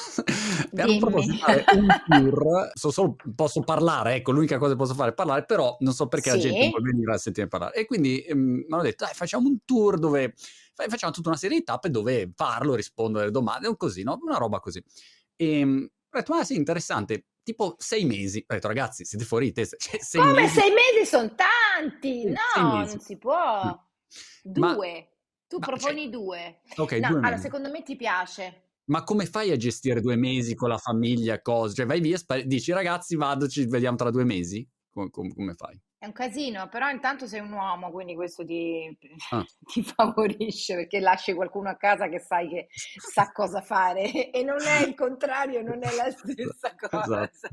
Mi hanno proposto Dimmi. di fare un tour, so solo posso parlare, ecco, l'unica cosa che posso fare è parlare, però non so perché la gente non Sì, vuole venire a sentirmi parlare. E quindi, ehm, m'hanno detto: "Dai, facciamo un tour dove fa facciamo tutta una serie di tappe dove parlo, rispondo alle domande", un così, no, una roba così. Ehm, Ho detto: "Ah sì, interessante." Tipo sei mesi. Ho detto: "Ragazzi, siete fuori di testa, cioè sei Come mesi." sei mesi son tanti! Sì, sei No, mesi. non si Mh. può. Ma due. Tu ma cioè proponi due. okay, No, due allora mesi. secondo me ti piace. Ma come fai a gestire due mesi con la famiglia, cose cioè vai via, spa dici: "Ragazzi vado, ci vediamo tra due mesi?" Co com come fai? È un casino, però intanto sei un uomo, quindi questo ti Ah. ti favorisce perché lasci qualcuno a casa che sai che sa cosa fare e non è il contrario, non è la stessa cosa. Esatto.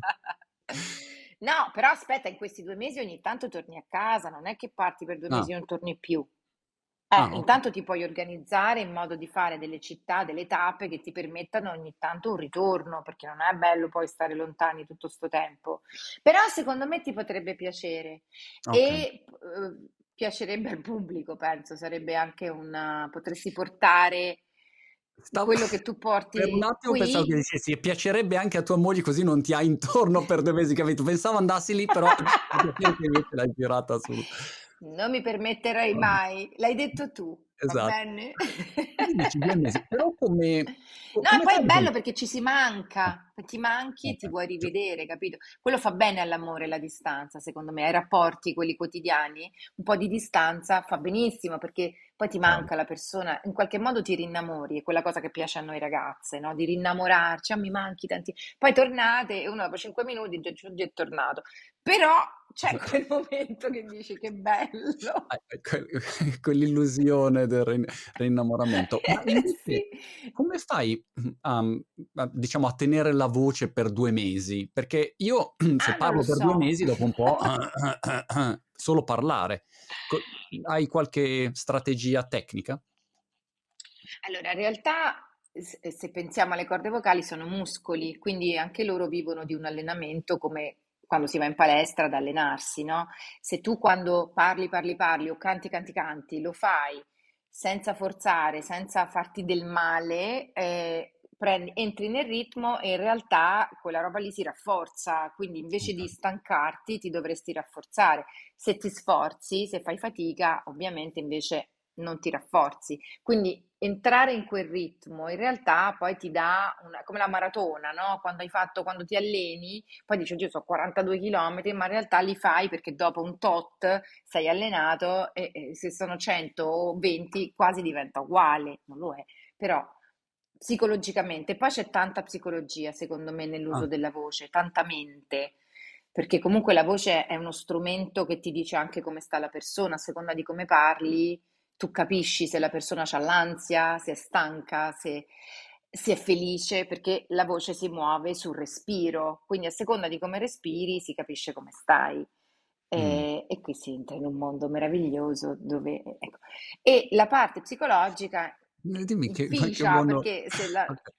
No, però aspetta, in questi due mesi ogni tanto torni a casa, non è che parti per due Ah. mesi e non torni più. Ah, Eh, okay. intanto ti puoi organizzare in modo di fare delle città, delle tappe che ti permettano ogni tanto un ritorno, perché non è bello poi stare lontani tutto 'sto tempo. Però secondo me ti potrebbe piacere Okay. e, uhm, piacerebbe al pubblico penso, sarebbe anche un potresti portare Stavo quello che tu per un porti attimo pensavo che qui. dicessi: "E piacerebbe anche a tua moglie così non ti ha intorno per due mesi", capito? Pensavo andassi lì, però mi piaceva che invece l'hai tirata sul Non mi permetterei vabbè. mai, l'hai detto tu, va Esatto. bene? Quindi dici due mesi, però come co No, e come poi fai è ad bello esempio perché ci si ah, manca, ti manchi e ti okay, vuoi giu rivedere, capito? Quello fa bene all'amore la distanza, secondo me, ai rapporti, quelli quotidiani, un po' di distanza fa benissimo perché poi ti chiaro. manca la persona, in qualche modo ti rinnamori, è quella cosa che piace a noi ragazze, no? Di rinnamorarci, ah, mi manchi tanti. Poi tornate e uno dopo cinque minuti già già è tornato. Però c'è Esa quel momento che dici che bello. Hai hai quel quell'illusione del rin rinnamoramento. Ma Eh invece sì. come fai, mhmm, a mhmm, a diciamo a tenere la voce per due mesi? Perché io se Ah, non lo parlo per due so. mesi dopo un po' solo parlare. Co hai qualche strategia tecnica? Allora, in realtà, s se pensiamo alle corde vocali sono muscoli, quindi anche loro vivono di un allenamento come quando si va in palestra ad allenarsi, no, se tu quando parli, parli, parli o canti, canti, canti, lo fai senza forzare, senza farti del male, ehm, prendi entri nel ritmo e in realtà quella roba lì si rafforza, quindi invece di Okay. stancarti ti dovresti rafforzare. Se ti sforzi, se fai fatica, ovviamente invece non ti rafforzi. Quindi entrare in quel ritmo in realtà poi ti dà una come la maratona, no, quando hai fatto quando ti alleni, poi dici: "Oddio so' quarantadue chilometri", ma in realtà li fai perché dopo un tot sei allenato e e se sono centoventi quasi diventa uguale, non lo è, però psicologicamente. Poi c'è tanta psicologia secondo me nell'uso Ah, della voce, tanta mente, perché comunque la voce è uno strumento che ti dice anche come sta la persona, a seconda di come parli tu capisci se la persona c'ha l'ansia, se è stanca, se, se è felice, perché la voce si muove sul respiro, quindi a seconda di come respiri si capisce come stai. mh. E, e qui si entra in un mondo meraviglioso dove, ecco. E la parte psicologica Eh, dimmi che ma che inficia mondo perché se la... okay.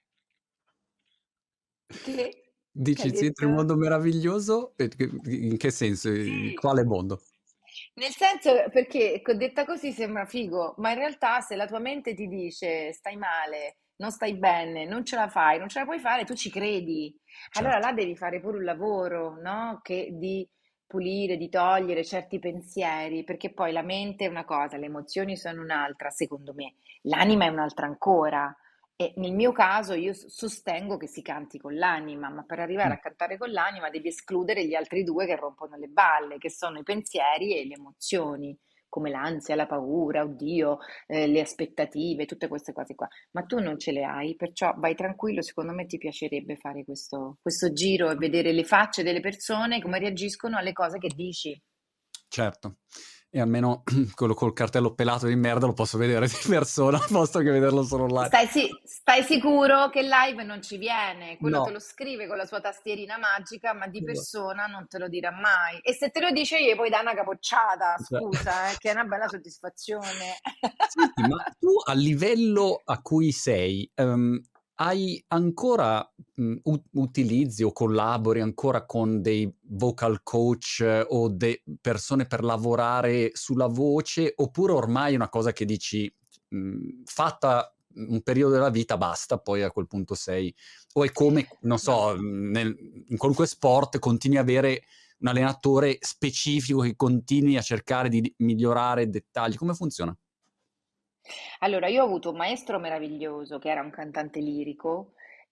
Che? Che hai Dici sì, entri in un detto? mondo meraviglioso? E che in che senso? In Sì, quale mondo? nel senso perché co- detta così sembra figo, ma in realtà se la tua mente ti dice stai male, non stai bene, non ce la fai, non ce la puoi fare, tu ci credi. Allora Certo. là devi fare pure un lavoro, no? Che di pulire, di togliere certi pensieri, perché poi la mente è una cosa, le emozioni sono un'altra, secondo me, l'anima è un'altra ancora. E nel mio caso io s- sostengo che si canti con l'anima, ma per arrivare Mh. a cantare con l'anima devi escludere gli altri due che rompono le balle, che sono i pensieri e le emozioni, come l'ansia, la paura, oddio, eh, le aspettative, tutte queste cose qua. Ma tu non ce le hai, perciò vai tranquillo, secondo me ti piacerebbe fare questo, questo giro e vedere le facce delle persone, come reagiscono alle cose che dici. Certo. E almeno quello col cartello pelato di merda lo posso vedere di persona, al posto che vederlo solo online. Stai, si- stai sicuro che live non ci viene? Quello te No. lo scrive con la sua tastierina magica, ma di Esa persona non te lo dirà mai. E se te lo dice io, poi dà una capocciata, cioè scusa, eh, che è una bella soddisfazione. Senti, ma tu a livello a cui sei, ehm, hai ancora, mhmm, u utilizzi o collabori ancora con dei vocal coach eh, o de persone per lavorare sulla voce, oppure ormai è una cosa che dici, mhmm, fatta un periodo della vita basta, poi a quel punto sei o è come, non No. so, mhmm, nel in qualunque sport continui a avere un allenatore specifico che continui a cercare di di migliorare dettagli, come funziona? Allora, io ho avuto un maestro meraviglioso che era un cantante lirico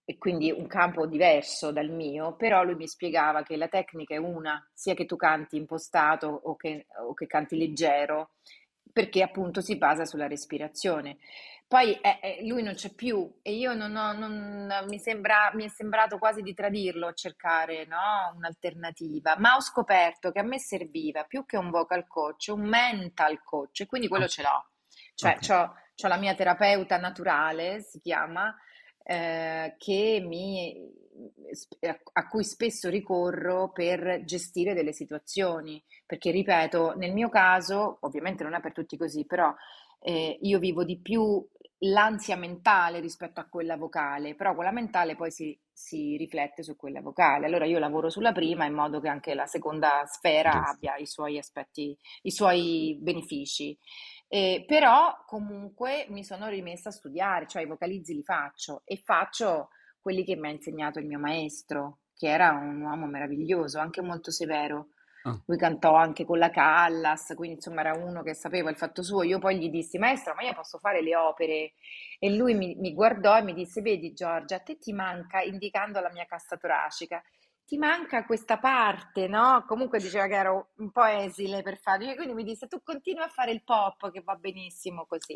e quindi un campo diverso dal mio, però lui mi spiegava che la tecnica è una, sia che tu canti impostato o che, o che canti leggero, perché appunto si basa sulla respirazione. Poi eh, eh, lui non c'è più e io non ho, non- mi sembra, mi è sembrato quasi di tradirlo a cercare, no, un'alternativa, ma ho scoperto che a me serviva più che un vocal coach, un mental coach, e quindi quello Ah, ce l'ho. Cioè, ok. c'ho, c'ho la mia terapeuta naturale, si chiama, eh, che mi, a a cui spesso ricorro per gestire delle situazioni. Perché, ripeto, nel mio caso, ovviamente non è per tutti così, però eh, io vivo di più l'ansia mentale rispetto a quella vocale, però quella mentale poi si, si riflette su quella vocale. Allora io lavoro sulla prima in modo che anche la seconda sfera Giusto. abbia i suoi aspetti, i suoi benefici. Eh, però comunque mi sono rimessa a studiare, cioè i vocalizzi li faccio e faccio quelli che mi ha insegnato il mio maestro, che era un uomo meraviglioso, anche molto severo. Ah, Lui cantò anche con la Callas, quindi insomma era uno che sapeva il fatto suo. Io poi gli dissi, maestro, ma io posso fare le opere? E lui mi, mi guardò e mi disse, vedi Giorgia, a te ti manca, indicando la mia cassa toracica, ti manca questa parte, no? Comunque diceva che ero un po' esile per farlo. E quindi mi disse, tu continua a fare il pop, che va benissimo così.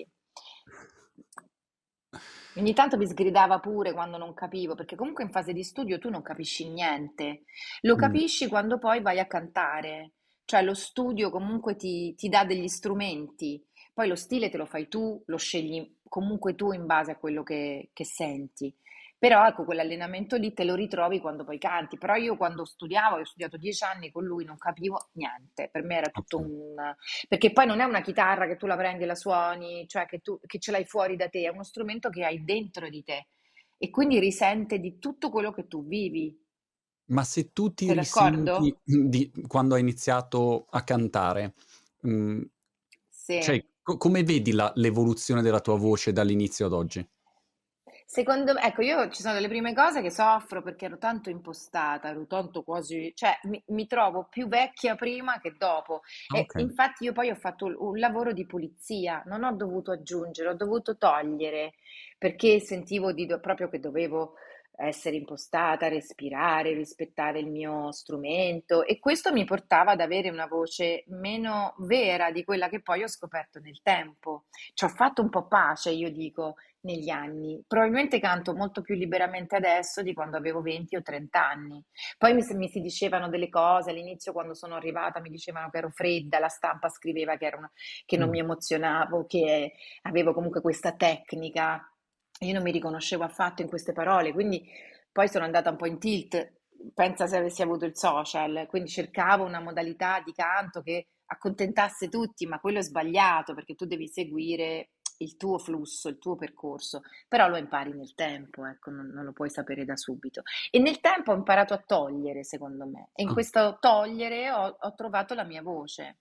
Ogni tanto mi sgridava pure quando non capivo, perché comunque in fase di studio tu non capisci niente, lo mm, capisci quando poi vai a cantare, cioè lo studio comunque ti, ti dà degli strumenti, poi lo stile te lo fai tu, lo scegli comunque tu in base a quello che, che senti. Però ecco, quell'allenamento lì te lo ritrovi quando poi canti. Però io quando studiavo, ho studiato dieci anni con lui, non capivo niente. Per me era tutto ok. un, perché poi non è una chitarra che tu la prendi e la suoni, cioè che tu che ce l'hai fuori da te, è uno strumento che hai dentro di te e quindi risente di tutto quello che tu vivi. Ma se tu ti Sei d'accordo? risenti di quando hai iniziato a cantare, mhmm, Sì. cioè co come vedi la l'evoluzione della tua voce dall'inizio ad oggi? Secondo me, ecco, io ci sono delle prime cose che soffro perché ero tanto impostata, ero tanto quasi, cioè mi, mi trovo più vecchia prima che dopo. Ah, E okay. infatti io poi ho fatto un un lavoro di pulizia, non ho dovuto aggiungere, ho dovuto togliere perché sentivo di do- proprio che dovevo essere impostata, respirare, rispettare il mio strumento e questo mi portava ad avere una voce meno vera di quella che poi ho scoperto nel tempo. Ci ho fatto un po' pace, io dico negli anni. Probabilmente canto molto più liberamente adesso di quando avevo venti o trenta anni. Poi mi, mi si dicevano delle cose, all'inizio quando sono arrivata mi dicevano che ero fredda, la stampa scriveva che, ero una- che non Mh. mi emozionavo, che avevo comunque questa tecnica. Io non mi riconoscevo affatto in queste parole, quindi poi sono andata un po' in tilt. Pensa se avessi avuto il social, quindi cercavo una modalità di canto che accontentasse tutti, ma quello è sbagliato perché tu devi seguire il tuo flusso, il tuo percorso, però lo impari nel tempo, ecco, non, non lo puoi sapere da subito. E nel tempo ho imparato a togliere, secondo me, e in Ah. questo togliere ho, ho trovato la mia voce,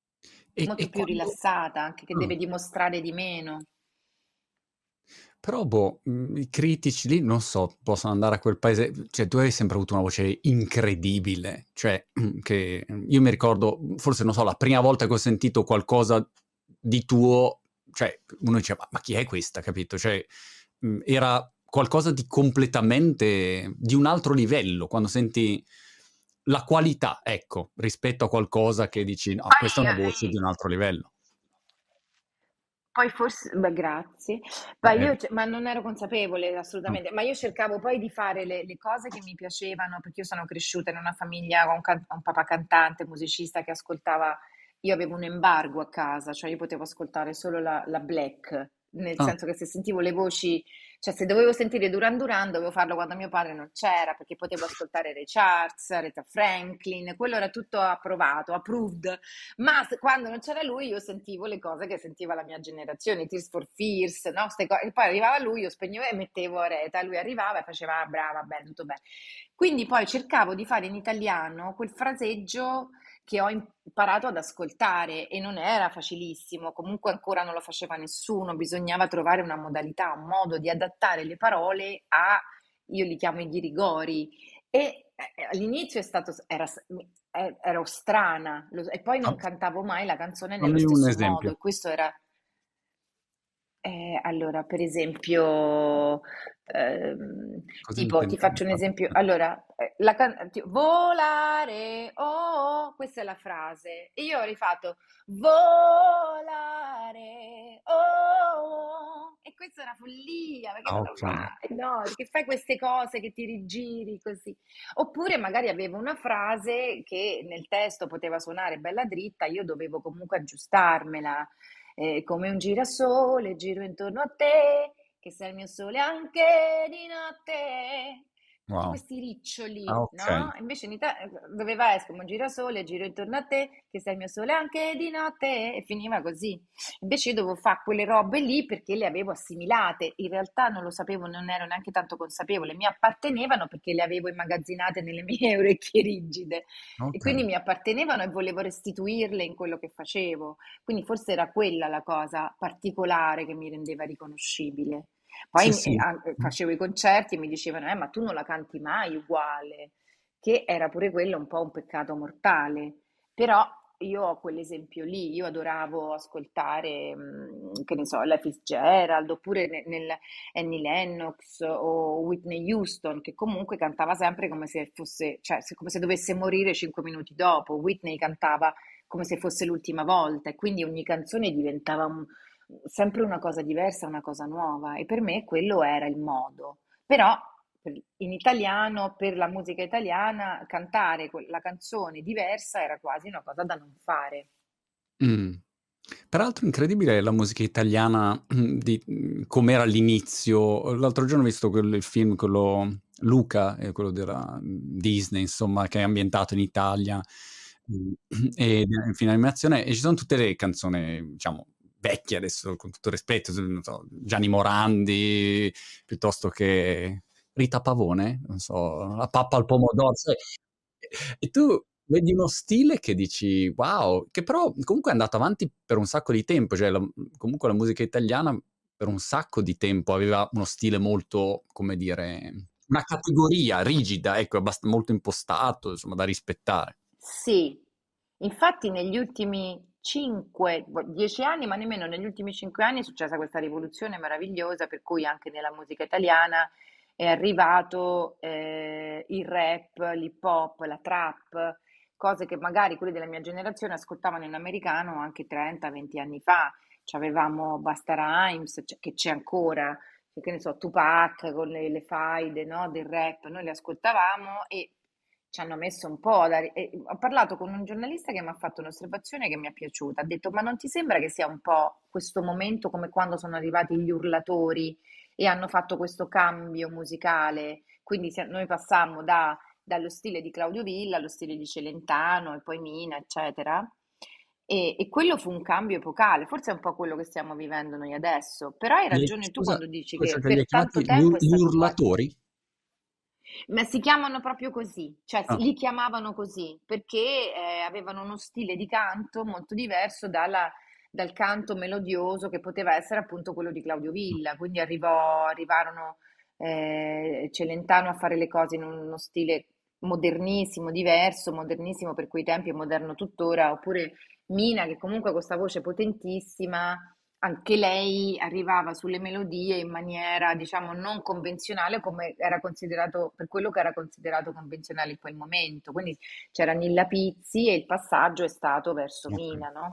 E e molto più quando rilassata, anche che ah. deve dimostrare di meno. Però boh, mhmm, i critici lì, non so, possono andare a quel paese cioè tu hai sempre avuto una voce incredibile, cioè che io mi ricordo, forse non so, la prima volta che ho sentito qualcosa di tuo, cioè uno diceva: "Ma ma chi è questa?" Capito? Cioè, mhmm, era qualcosa di completamente di un altro livello, quando senti la qualità, ecco, rispetto a qualcosa che dici: "No, Poi questa è una voce di eh, un altro livello." Poi forse, beh, grazie, ma Eh, io, ce- ma non ero consapevole no. assolutamente, ma io cercavo poi di fare le, le cose che mi piacevano, perché io sono cresciuta in una famiglia con un, can- un papà cantante, musicista che ascoltava, io avevo un embargo a casa, cioè io potevo ascoltare solo la, la black, nel Ah, senso che se sentivo le voci, cioè se dovevo sentire Duran Duran dovevo farlo quando mio padre non c'era, perché potevo ascoltare Ray Charles, Aretha Franklin, quello era tutto approvato, approved. Ma se- quando non c'era lui, io sentivo le cose che sentiva la mia generazione, i Tears for Fears, no? Ste co- e poi arrivava lui, io spegnevo e mettevo Reta, lui arrivava e faceva ah, brava, bene, tutto bene. Quindi poi cercavo di fare in italiano quel fraseggio che ho imparato ad ascoltare e non era facilissimo, comunque ancora non lo faceva nessuno, bisognava trovare una modalità, un modo di adattare le parole a, io li chiamo i ghirigori, e eh, all'inizio è stato, era, eh, ero strana lo- e poi non fa cantavo mai la canzone nello fammi un stesso modo esempio. e questo era Eh, allora, per esempio, ehm, Cosa tipo, ti intendi con faccio un esempio. fatto? Allora, eh, la can- ti- volare, oh, oh, questa è la frase. E io ho rifatto volare, oh, oh. E questa è una follia, perché Ah, non lo okay. fai, no? Perché fai queste cose che ti rigiri così. Oppure magari avevo una frase che nel testo poteva suonare bella dritta, io dovevo comunque aggiustarmela. Eh, come un girasole giro intorno a te, che sei il mio sole anche di notte. Tutti Wow. questi riccioli, Ah, okay. no? Invece in Italia doveva essere come un girasole giro intorno a te, che sei il mio sole anche di notte, e finiva così. Invece io dovevo fare quelle robe lì perché le avevo assimilate. In realtà non lo sapevo, non ero neanche tanto consapevole, mi appartenevano perché le avevo immagazzinate nelle mie orecchie rigide e Okay. quindi mi appartenevano e volevo restituirle in quello che facevo. Quindi forse era quella la cosa particolare che mi rendeva riconoscibile. Poi Sì, mi- eh, sì. an- facevo i concerti e mi dicevano, eh, ma tu non la canti mai uguale, che era pure quello un po' un peccato mortale. Però io ho quell'esempio lì, io adoravo ascoltare, mh, che ne so, la Fitzgerald, oppure ne- nel Annie Lennox o Whitney Houston, che comunque cantava sempre come se fosse, cioè, se- come se dovesse morire cinque minuti dopo. Whitney cantava come se fosse l'ultima volta e quindi ogni canzone diventava un- sempre una cosa diversa, una cosa nuova e per me quello era il modo. Però per- in italiano, per la musica italiana, cantare que- la canzone diversa era quasi una cosa da non fare. Mh. Peraltro incredibile la musica italiana, mhmm, di mhmm, com'era all'inizio. L'altro giorno ho visto quel il film, quello Luca, ehm, quello della, mhmm, Disney insomma, che è ambientato in Italia, mhmm, ed è un film d'animazione e ci son tutte le canzoni, diciamo, vecchie adesso, con tutto il rispetto, s non so, Gianni Morandi, piuttosto che Rita Pavone, non so, La pappa al pomodoro, sai, e tu vedi uno stile che dici: "Wow", che però comunque è andato avanti per un sacco di tempo, cioè la mhmm, comunque la musica italiana per un sacco di tempo aveva uno stile molto, come dire, una categoria rigida, ecco, abbast molto impostato, insomma, da rispettare. Sì, infatti negli ultimi cinque, dieci anni, ma nemmeno negli ultimi cinque anni è successa questa rivoluzione meravigliosa per cui anche nella musica italiana è arrivato eh, il rap, l'hip hop, la trap, cose che magari quelli della mia generazione ascoltavano in americano anche trenta venti anni fa. C'avevamo Busta Rhymes, c- che c'è ancora, che ne so, Tupac con le, le faide, no, del rap, noi le ascoltavamo e ci hanno messo un po'. Da, e ho parlato con un giornalista che mi ha fatto un'osservazione che mi è piaciuta. Ha detto: Ma non ti sembra che sia un po' questo momento come quando sono arrivati gli urlatori e hanno fatto questo cambio musicale? Quindi se- noi passammo da- dallo stile di Claudio Villa allo stile di Celentano e poi Mina, eccetera. E, e quello fu un cambio epocale, forse è un po' quello che stiamo vivendo noi adesso, però hai Li ragione tu scusa quando dici scusa che che li hai per chiamati tanto gli ur tempo è gli stato fatto. urlatori? Ma si chiamano proprio così, cioè si- Ah, li chiamavano così perché eh, avevano uno stile di canto molto diverso dalla- dal canto melodioso che poteva essere appunto quello di Claudio Villa. Quindi arrivò, arrivarono eh, Celentano a fare le cose in uno stile modernissimo, diverso, modernissimo per quei tempi e moderno tuttora, oppure Mina che comunque con questa voce potentissima anche lei arrivava sulle melodie in maniera, diciamo, non convenzionale come era considerato, per quello che era considerato convenzionale in quel momento. Quindi c'era Nilla Pizzi e il passaggio è stato verso okay. Mina, no?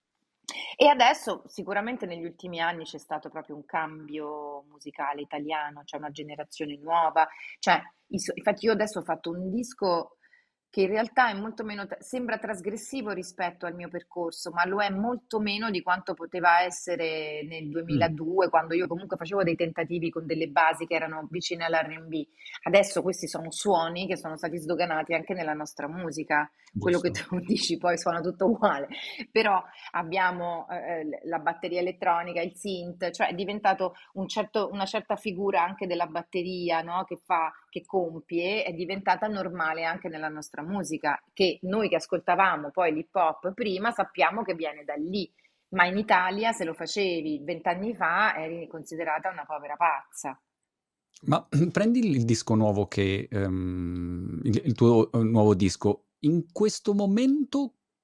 E adesso sicuramente negli ultimi anni c'è stato proprio un cambio musicale italiano, c'è una generazione nuova, cioè, i so- infatti io adesso ho fatto un disco che in realtà è molto meno, tra- sembra trasgressivo rispetto al mio percorso, ma lo è molto meno di quanto poteva essere nel Mh, duemiladue, quando io comunque facevo dei tentativi con delle basi che erano vicine all'R and B. Adesso questi sono suoni che sono stati sdoganati anche nella nostra musica, quello che giusto. tu dici poi suona tutto uguale, però abbiamo eh, la batteria elettronica, il synth, cioè è diventato un certo- una certa figura anche della batteria, no? Che fa, che compie, è diventata normale anche nella nostra musica, che noi che ascoltavamo poi l'hip hop prima sappiamo che viene da lì, ma in Italia se lo facevi vent'anni fa eri considerata una povera pazza. Ma prendi il disco nuovo che ehm, il il tuo, uhm, nuovo disco, in questo momento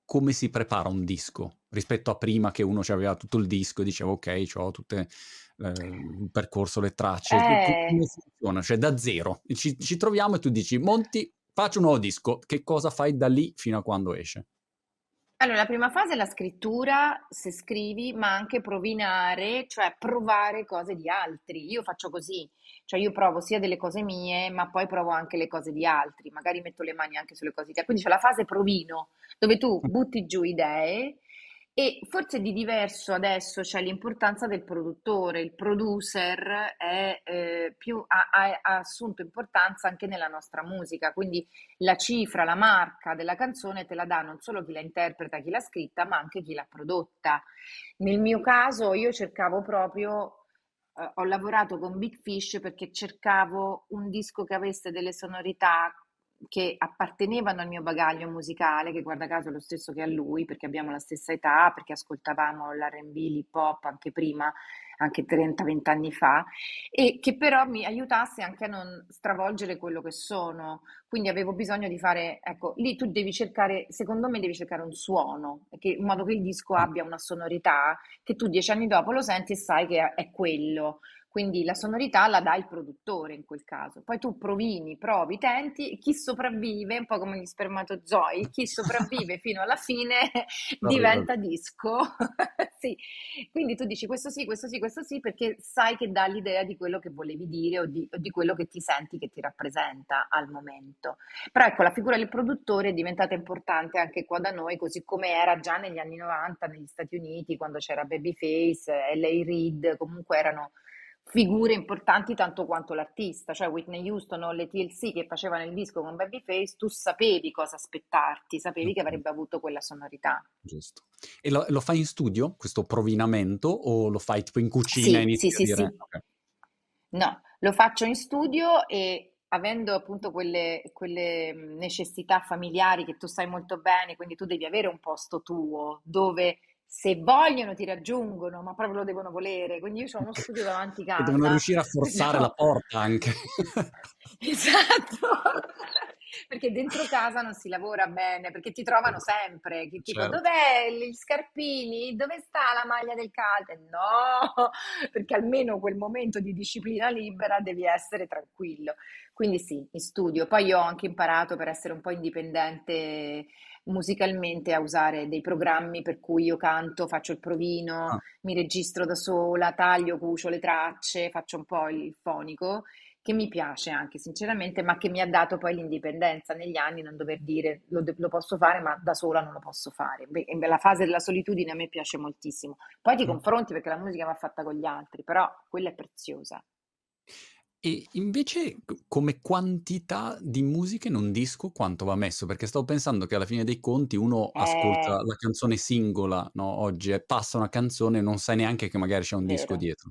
come si prepara un disco rispetto a prima che uno c'aveva tutto il disco e diceva ok, c'ho tutte eh, il percorso, le tracce, co- co- Eh, come funziona? Cioè da zero, ci, ci troviamo e tu dici Monti, faccio un nuovo disco, che cosa fai da lì fino a quando esce? allora, la prima fase è la scrittura, se scrivi, ma anche provinare, cioè provare cose di altri. Io faccio così, cioè io provo sia delle cose mie, ma poi provo anche le cose di altri, magari metto le mani anche sulle cose di altri. Quindi c'è la fase provino, dove tu butti giù idee e forse di diverso adesso c'è l'importanza del produttore. Il producer è, eh, più, ha, ha- ha assunto importanza anche nella nostra musica, quindi la cifra, la marca della canzone te la dà non solo chi la interpreta, chi l'ha scritta, ma anche chi l'ha prodotta. Nel mio caso io cercavo proprio, eh, ho lavorato con Big Fish perché cercavo un disco che avesse delle sonorità che appartenevano al mio bagaglio musicale, che guarda caso è lo stesso che a lui, perché abbiamo la stessa età, perché ascoltavamo l'R and B, l'hip hop anche prima, anche trenta venti anni fa, e che però mi aiutasse anche a non stravolgere quello che sono. Quindi avevo bisogno di fare, ecco, lì tu devi cercare, secondo me devi cercare un suono, che- in modo che il disco abbia una sonorità che tu dieci anni dopo lo senti e sai che è è quello. Quindi la sonorità la dà il produttore in quel caso. Poi tu provini, provi, tenti, e chi sopravvive, un po' come gli spermatozoi, chi sopravvive fino alla fine Arriva diventa disco. Sì, quindi tu dici questo sì, questo sì, questo sì, perché sai che dà l'idea di quello che volevi dire o di, o di quello che ti senti che ti rappresenta al momento. Però ecco, la figura del produttore è diventata importante anche qua da noi, così come era già negli anni novanta negli Stati Uniti, quando c'era Babyface, L A. Reid, comunque erano figure importanti tanto quanto l'artista, cioè Whitney Houston o le T L C che facevano il disco con Babyface, tu sapevi cosa aspettarti, sapevi che Ok, avrebbe avuto quella sonorità. giusto. E lo, lo fai in studio, questo provinamento, o lo fai tipo in cucina e Sì, sì, inizi a sì, dire... sì. Ok. No, lo faccio in studio e avendo appunto quelle, quelle mh, necessità familiari che tu sai molto bene, quindi tu devi avere un posto tuo dove se vogliono ti raggiungono, ma proprio lo devono volere. Quindi io ho uno studio davanti E devono casa, riuscire a forzare la no? porta anche. Esatto, perché dentro casa non si lavora bene, perché ti trovano sempre, che tipo, Certo. dov'è gli scarpini? Dove sta la maglia del caldo? No, perché almeno quel momento di disciplina libera devi essere tranquillo. Quindi sì, in studio. Poi io ho anche imparato per essere un po' indipendente musicalmente a usare dei programmi per cui io canto, faccio il provino, Ah, mi registro da sola, taglio, cucio le tracce, faccio un po' il fonico che mi piace anche sinceramente, ma che mi ha dato poi l'indipendenza negli anni, non dover dire lo, de- lo posso fare, ma da sola non lo posso fare. Beh, e la fase della solitudine a me piace moltissimo. Poi ti mm. confronti perché la musica va fatta con gli altri, però quella è preziosa. E invece c- come quantità di musica in un disco quanto va messo? Perché stavo pensando che alla fine dei conti uno È ascolta la canzone singola, no? Oggi e passa una canzone e non sai neanche che magari c'è un disco vero. dietro.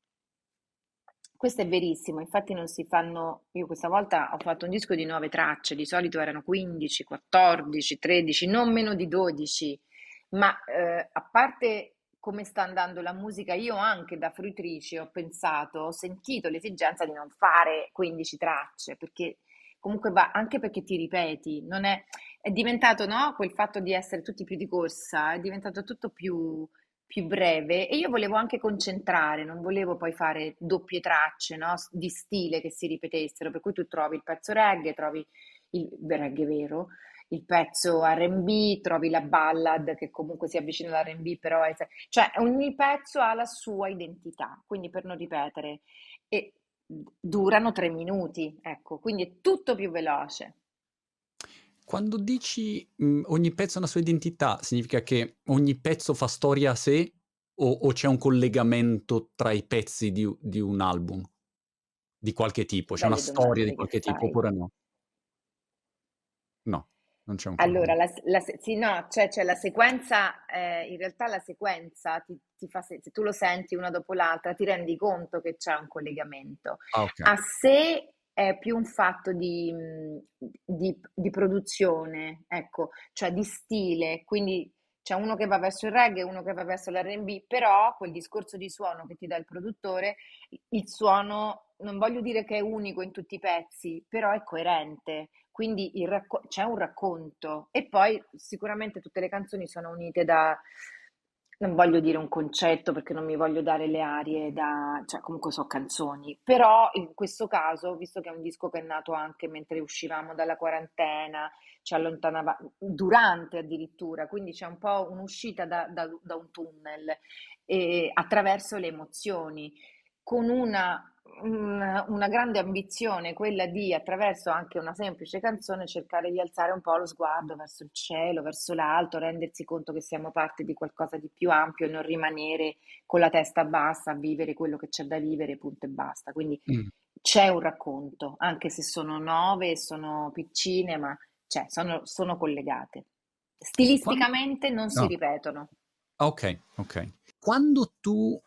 Questo è verissimo, infatti non si fanno, io questa volta ho fatto un disco di nove tracce, di solito erano quindici, quattordici, tredici, non meno di dodici, ma eh, a parte come sta andando la musica, io anche da fruitrice ho pensato, ho sentito l'esigenza di non fare quindici tracce, perché comunque va, anche perché ti ripeti, non è, è diventato, no, quel fatto di essere tutti più di corsa, è diventato tutto più più breve e io volevo anche concentrare, non volevo poi fare doppie tracce, no, s- di stile che si ripetessero, per cui tu trovi il pezzo reggae, trovi il beh, reggae vero, il pezzo R and B, trovi la ballad che comunque si avvicina all'R and B, però è, cioè ogni pezzo ha la sua identità, quindi per non ripetere, e durano tre minuti, ecco, quindi è tutto più veloce. Quando dici mh, ogni pezzo ha una sua identità, significa che ogni pezzo fa storia a sé o, o c'è un collegamento tra i pezzi di, di un album di qualche tipo? Che C'è una belle storia di domande che qualche tipo fai. oppure no? No, non c'è un Allora, collegamento. la, la se- sì, no, cioè, c'è la sequenza, eh, in realtà la sequenza ti, ti fa, se, se tu lo senti una dopo l'altra, ti rendi conto che c'è un collegamento. Ah, ok. A sé è più un fatto di, mh, di- di produzione, ecco, cioè di stile, quindi c'è uno che va verso il reggae, uno che va verso l'R and B, però quel discorso di suono che ti dà il produttore, il suono, non voglio dire che è unico in tutti i pezzi, però è coerente. quindi il racco- c'è un racconto e poi sicuramente tutte le canzoni sono unite da, non voglio dire un concetto perché non mi voglio dare le arie da, cioè comunque so canzoni, però in questo caso, visto che è un disco che è nato anche mentre uscivamo dalla quarantena, ci allontanava durante addirittura, quindi c'è un po' un'uscita da, da- da un tunnel e attraverso le emozioni, con una, una, una grande ambizione, quella di attraverso anche una semplice canzone cercare di alzare un po' lo sguardo verso il cielo, verso l'alto, rendersi conto che siamo parte di qualcosa di più ampio e non rimanere con la testa bassa a vivere quello che c'è da vivere, punto e basta. Quindi Mm. c'è un racconto, anche se sono nove e sono piccine, ma c'è, sono, sono collegate. Quando... Stilisticamente non si no. ripetono. Ok, ok. Quando tu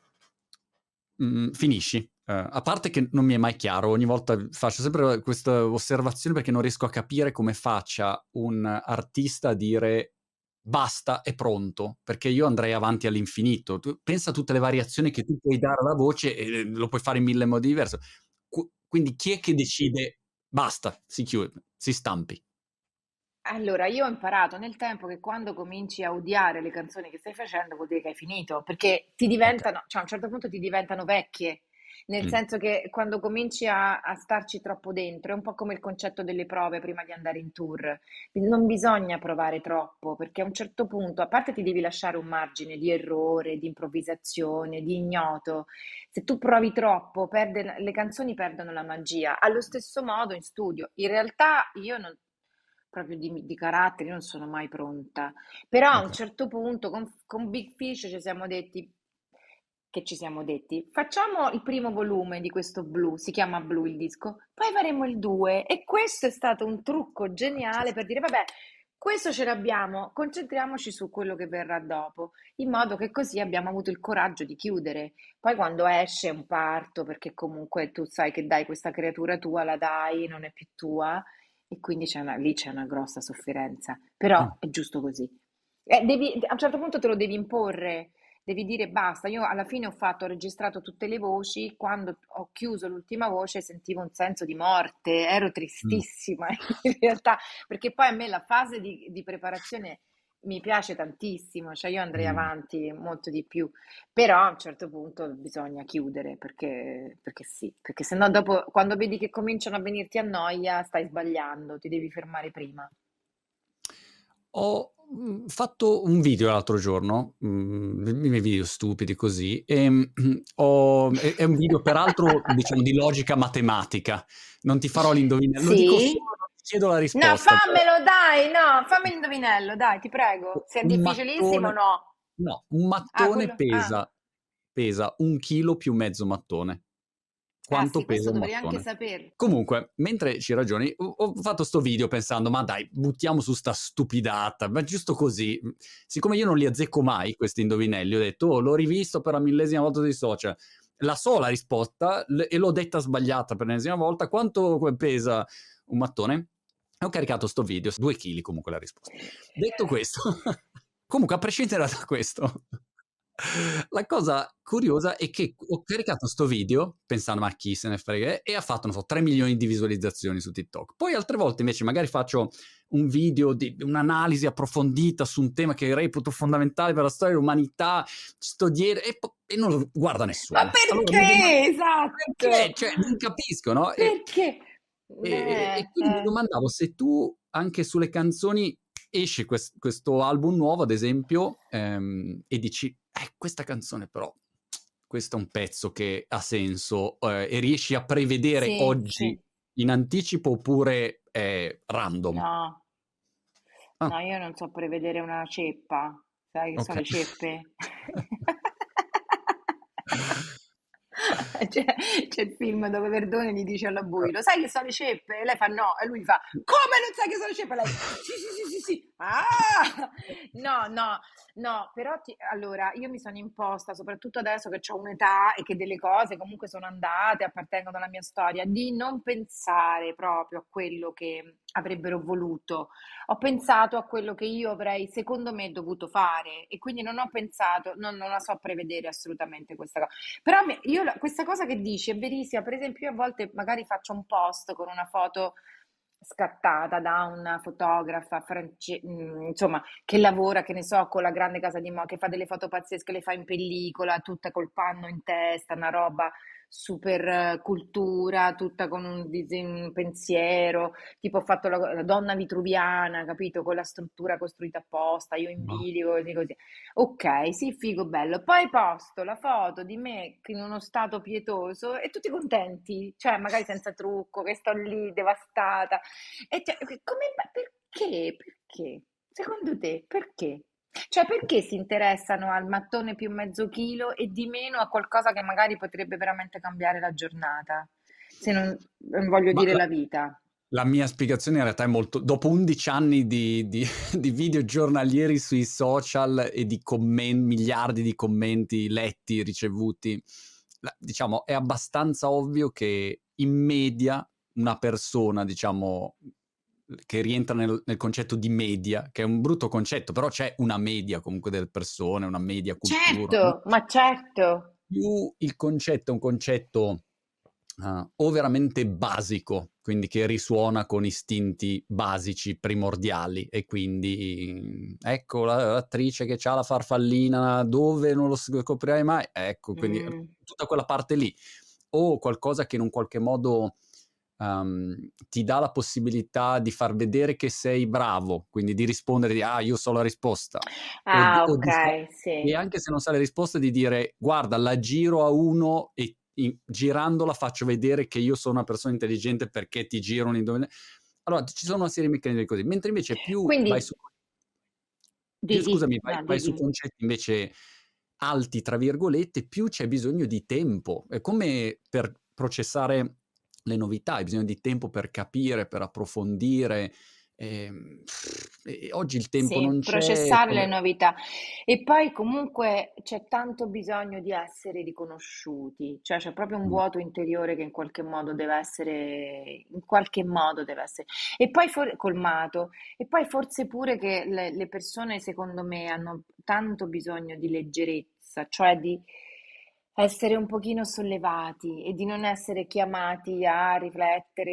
mm, finisci, eh, a parte che non mi è mai chiaro, ogni volta faccio sempre questa osservazione perché non riesco a capire come faccia un artista a dire basta, è pronto, perché io andrei avanti all'infinito. Tu pensa a tutte le variazioni che tu puoi dare alla voce e lo puoi fare in mille modi diversi. Qu- quindi chi è che decide basta, si chiude, si stampi? Allora, io ho imparato nel tempo che quando cominci a odiare le canzoni che stai facendo vuol dire che hai finito, perché ti Ok. diventano, cioè a un certo punto ti diventano vecchie, nel Mm. senso che quando cominci a, a starci troppo dentro, è un po' come il concetto delle prove prima di andare in tour. Non bisogna provare troppo, perché a un certo punto, a parte ti devi lasciare un margine di errore, di improvvisazione, di ignoto, se tu provi troppo, perde- le canzoni perdono la magia. Allo stesso modo in studio. In realtà io non, proprio di, di carattere, io non sono mai pronta. Però a un Ok. certo punto con, con Big Fish ci siamo detti, che ci siamo detti, facciamo il primo volume di questo Blu, si chiama Blu il disco, poi faremo il due e questo è stato un trucco geniale per dire, vabbè, questo ce l'abbiamo, concentriamoci su quello che verrà dopo, in modo che così abbiamo avuto il coraggio di chiudere. Poi quando esce è un parto, perché comunque tu sai che dai questa creatura tua, la dai, non è più tua, e quindi c'è una- lì c'è una grossa sofferenza. Mm. Però è giusto così. Eh, devi- a un certo punto te lo devi imporre, devi dire basta. Io alla fine ho fatto, ho registrato tutte le voci, quando ho chiuso l'ultima voce sentivo un senso di morte, ero Mm. tristissima in realtà, perché poi a me la fase di, di preparazione mi piace tantissimo, cioè io andrei Mm. avanti molto di più. Però a un certo punto bisogna chiudere perché, perché sì, perché sennò dopo quando vedi che cominciano a venirti a noia stai sbagliando, ti devi fermare prima. Ho mm, fatto un video l'altro giorno, mm, i miei video stupidi così, e mm, ho- è, è un video peraltro, diciamo, di logica matematica. Non ti farò l'indovinello, lo dico solo, Sì? non ti chiedo la No, risposta, però fammelo, dai, no, fammi l'indovinello, dai, ti prego. Se è un difficilissimo, mattone, no. no, un Ah, mattone quello, ah, pesa, pesa un chilo più mezzo mattone. ah Quanto sì, pesa questo un dovrei anche mattone? saperlo. Comunque, mentre ci ragioni, ho, ho fatto sto video pensando, ma dai, buttiamo su sta stupidata, ma giusto così. Siccome io non li azzecco mai, questi indovinelli, ho detto, oh, l'ho rivisto per la millesima volta sui social. La sola risposta, l- e l'ho detta sbagliata per l'ennesima volta, quanto pesa un mattone? E ho caricato sto video, due chili comunque la risposta. Detto questo, comunque a prescindere da questo, la cosa curiosa è che ho caricato sto video pensando ma chi se ne frega e ha fatto non so tre milioni di visualizzazioni su TikTok. Poi altre volte invece magari faccio un video di un'analisi approfondita su un tema che reputo fondamentale per la storia dell'umanità, ci sto dietro e, po- e non lo guarda Ma nessuno. Allora mi domando perché? perché? Esatto. Cioè, non capisco, no? E, Perché? e- e Eh, quindi mi eh. domandavo se tu anche sulle canzoni esce quest- questo album nuovo, ad esempio, ehm, e dici, eh, questa canzone però, questo è un pezzo che ha senso, eh, e riesci a prevedere Sì, oggi sì. in anticipo oppure è random? No, Ah, no, io non so prevedere una ceppa. Sai che ok. sono le ceppe? C'è, c'è il film dove Verdone gli dice alla Bui, lo sai che sono le ceppe? E lei fa no, e lui fa, come non sai che sono le ceppe? E lei, sì, sì, sì, sì, sì. Ah! No, no, no, però ti- allora io mi sono imposta, soprattutto adesso che ho un'età e che delle cose comunque sono andate, appartengono alla mia storia, di non pensare proprio a quello che avrebbero voluto. Ho pensato a quello che io avrei, secondo me, dovuto fare e quindi non ho pensato, non, non la so prevedere assolutamente questa cosa. Però mi- io la- questa cosa che dici è verissima, per esempio io a volte magari faccio un post con una foto scattata da una fotografa france- mm, insomma, che lavora, che ne so, con la grande casa di moda, che fa delle foto pazzesche, le fa in pellicola, tutta col panno in testa, una roba super eh, cultura, tutta con un, disegno, un pensiero, tipo ho fatto la, la donna vitruviana, capito? Con la struttura costruita apposta, io in No. bilico, così così. Ok, sì, figo, bello. Poi posto la foto di me che in uno stato pietoso e tutti contenti, cioè magari senza trucco, che sto lì devastata. E cioè, come, ma perché? Perché? Secondo te, perché? Cioè, perché si interessano al mattone più mezzo chilo e di meno a qualcosa che magari potrebbe veramente cambiare la giornata? Se non non voglio Ma dire la, la vita. la mia spiegazione in realtà è molto... Dopo undici anni di, di, di video giornalieri sui social e di commenti, miliardi di commenti letti, ricevuti, la- diciamo, è abbastanza ovvio che in media una persona, diciamo, che rientra nel, nel concetto di media, che è un brutto concetto, però c'è una media comunque delle persone, una media cultura, no? Certo, ma certo. Più il concetto è un concetto uh, o veramente basico, quindi che risuona con istinti basici, primordiali, e quindi ecco la- l'attrice che ha la farfallina, dove non lo scoprirai mai, ecco, quindi Mm, tutta quella parte lì, o qualcosa che in un qualche modo um, ti dà la possibilità di far vedere che sei bravo, quindi di rispondere di ah, io so la risposta, o di, ah, o di fa- ok, e sì. anche se non sai la risposta, di dire guarda, la giro a uno e in- girandola faccio vedere che io sono una persona intelligente perché ti giro un indovina. Allora, ci sono una serie di meccanismi così, mentre invece più vai Quindi, su, di, più di, scusami, vai, no, di, vai su di. concetti invece alti, tra virgolette, più c'è bisogno di tempo. È come per processare le novità, hai bisogno di tempo per capire, per approfondire. ehm, E, oggi il tempo Sì, non c'è. processare le novità. E poi comunque c'è tanto bisogno di essere riconosciuti, cioè c'è proprio un Mm, vuoto interiore che in qualche modo deve essere, in qualche modo deve essere, e poi for- colmato. E poi forse pure che le, le persone, secondo me, hanno tanto bisogno di leggerezza, cioè di essere un pochino sollevati e di non essere chiamati a riflettere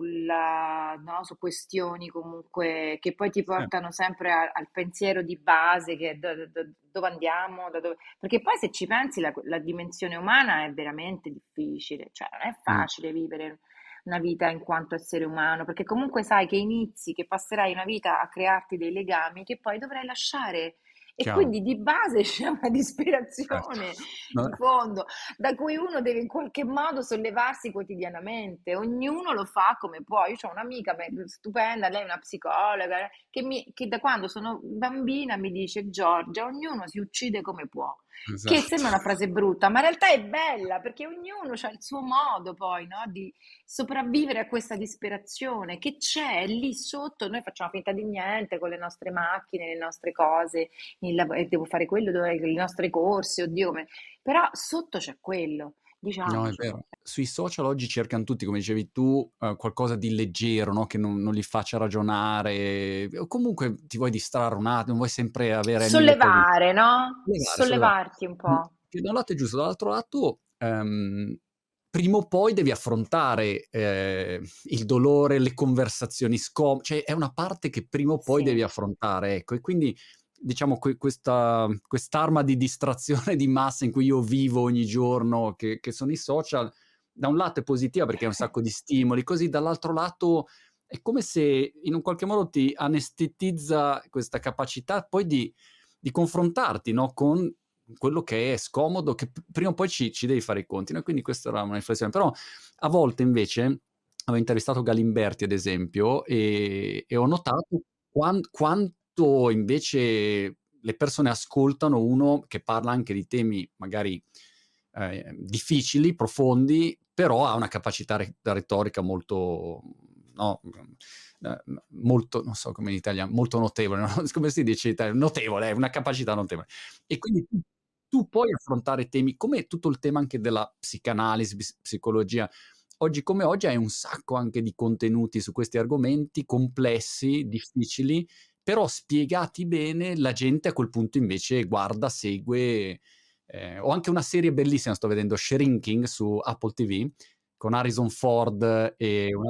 sulla, no, su questioni comunque che poi ti sì, portano sempre a- al pensiero di base che è do- do- dove andiamo, da dove- perché poi se ci pensi la, la dimensione umana è veramente difficile, cioè non è mm, facile vivere una vita in quanto essere umano, perché comunque sai che inizi, che passerai una vita a crearti dei legami che poi dovrai lasciare. E chiaro, quindi di base c'è una certo. disperazione No, in fondo, da cui uno deve in qualche modo sollevarsi quotidianamente. Ognuno lo fa come può. Io ho un'amica beh, stupenda, lei è una psicologa, eh, che, mi- che da quando sono bambina mi dice: Giorgia, ognuno si uccide come può. Che esatto. sembra una frase brutta, ma in realtà è bella perché ognuno ha il suo modo poi, no, di sopravvivere a questa disperazione che c'è lì sotto. Noi facciamo finta di niente con le nostre macchine, le nostre cose, il lav- eh, devo fare quello, devo fare le nostre corse, oddio, come... però sotto c'è quello, No, è diciamocelo. vero. Sui social oggi cercano tutti, come dicevi tu, eh, qualcosa di leggero, no? Che non, non li faccia ragionare, o comunque ti vuoi distrarre un attimo, vuoi sempre avere mille cose. Sollevare, no? Sollevare, sollevare. Sollevarti un Mm, po'. che da un lato è giusto, dall'altro lato, ehm, prima o poi devi affrontare eh, il dolore, le conversazioni scomode, cioè è una parte che prima o poi devi Sì. affrontare, ecco, e quindi diciamo que- questa, quest'arma di distrazione di massa in cui io vivo ogni giorno, che, che sono i social, da un lato è positiva perché hai un sacco di stimoli, così dall'altro lato è come se in un qualche modo ti anestetizza questa capacità poi di, di confrontarti, no, con quello che è scomodo, che p- prima o poi ci, ci devi fare i conti, no? E quindi questa era una riflessione. Però a volte invece avevo intervistato Galimberti, ad esempio, e, e ho notato quan- quanto invece le persone ascoltano uno che parla anche di temi magari eh, difficili, profondi, però ha una capacità re- retorica molto, no, eh, molto, non so come in italiano, molto notevole, no? Come si dice in italiano? Notevole, è una capacità notevole. E quindi tu, tu puoi affrontare temi come tutto il tema anche della psicanalisi, ps- psicologia. Oggi come oggi hai un sacco anche di contenuti su questi argomenti complessi, difficili, però spiegati bene, la gente a quel punto invece guarda, segue. Eh, ho anche una serie bellissima, sto vedendo Shrinking su Apple T V, con Harrison Ford e una...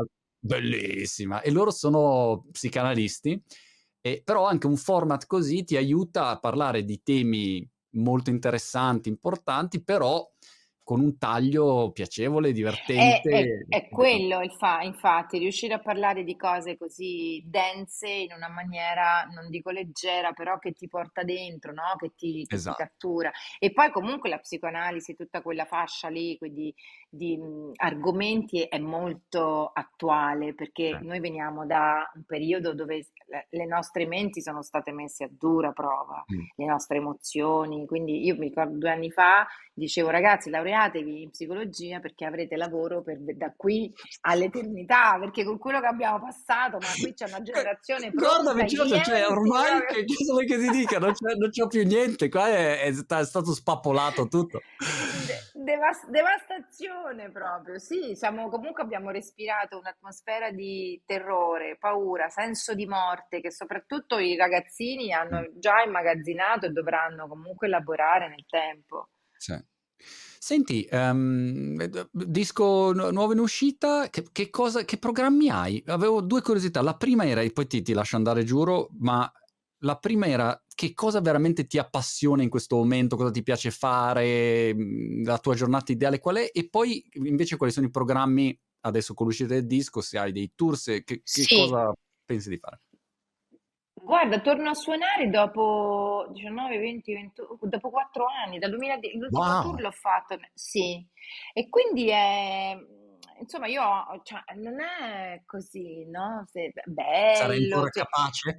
bellissima, e loro sono psicanalisti, e però anche un format così ti aiuta a parlare di temi molto interessanti, importanti, però con un taglio piacevole, È, è- divertente. è quello il fa, infatti, riuscire a parlare di cose così dense in una maniera, non dico leggera, però che ti porta dentro, no? Che ti, che ti Esatto. cattura. E poi comunque la psicoanalisi, tutta quella fascia lì, quindi di mh, argomenti è molto attuale, perché Eh. noi veniamo da un periodo dove le le nostre menti sono state messe a dura prova, Mm. le nostre emozioni. Quindi io mi ricordo due anni fa dicevo, ragazzi, laureatevi in psicologia perché avrete lavoro per, da qui all'eternità, perché con quello che abbiamo passato, ma qui c'è una generazione pronta, Guardami, i Giorgio, cioè clienti ormai proprio. che cosa vuoi che ti dica? Non c'è, non c'ho più niente, qua è, è sta- è stato spappolato tutto. De- devas- devastazione proprio, sì, siamo, comunque abbiamo respirato un'atmosfera di terrore, paura, senso di morte che soprattutto i ragazzini Mm. hanno già immagazzinato e dovranno comunque elaborare nel tempo. Sì. Senti, ehm, eh, disco nu- nuovo in uscita, che, che cosa, che programmi hai? Avevo due curiosità. La prima era, e poi ti, ti lascio andare, giuro, ma la prima era che cosa veramente ti appassiona in questo momento, cosa ti piace fare, mh, la tua giornata ideale qual è? E poi invece quali sono i programmi, adesso con l'uscita del disco, se hai dei tour, se- che, che Sì, cosa pensi di fare? guarda, torno a suonare dopo diciannove, venti, ventuno, dopo quattro anni, dal duemiladieci, l'ultimo tour Wow! l'ho fatto, sì, e quindi è, insomma, io, ho- cioè, non è così, no? Se- Sarai bello, ancora sì. capace?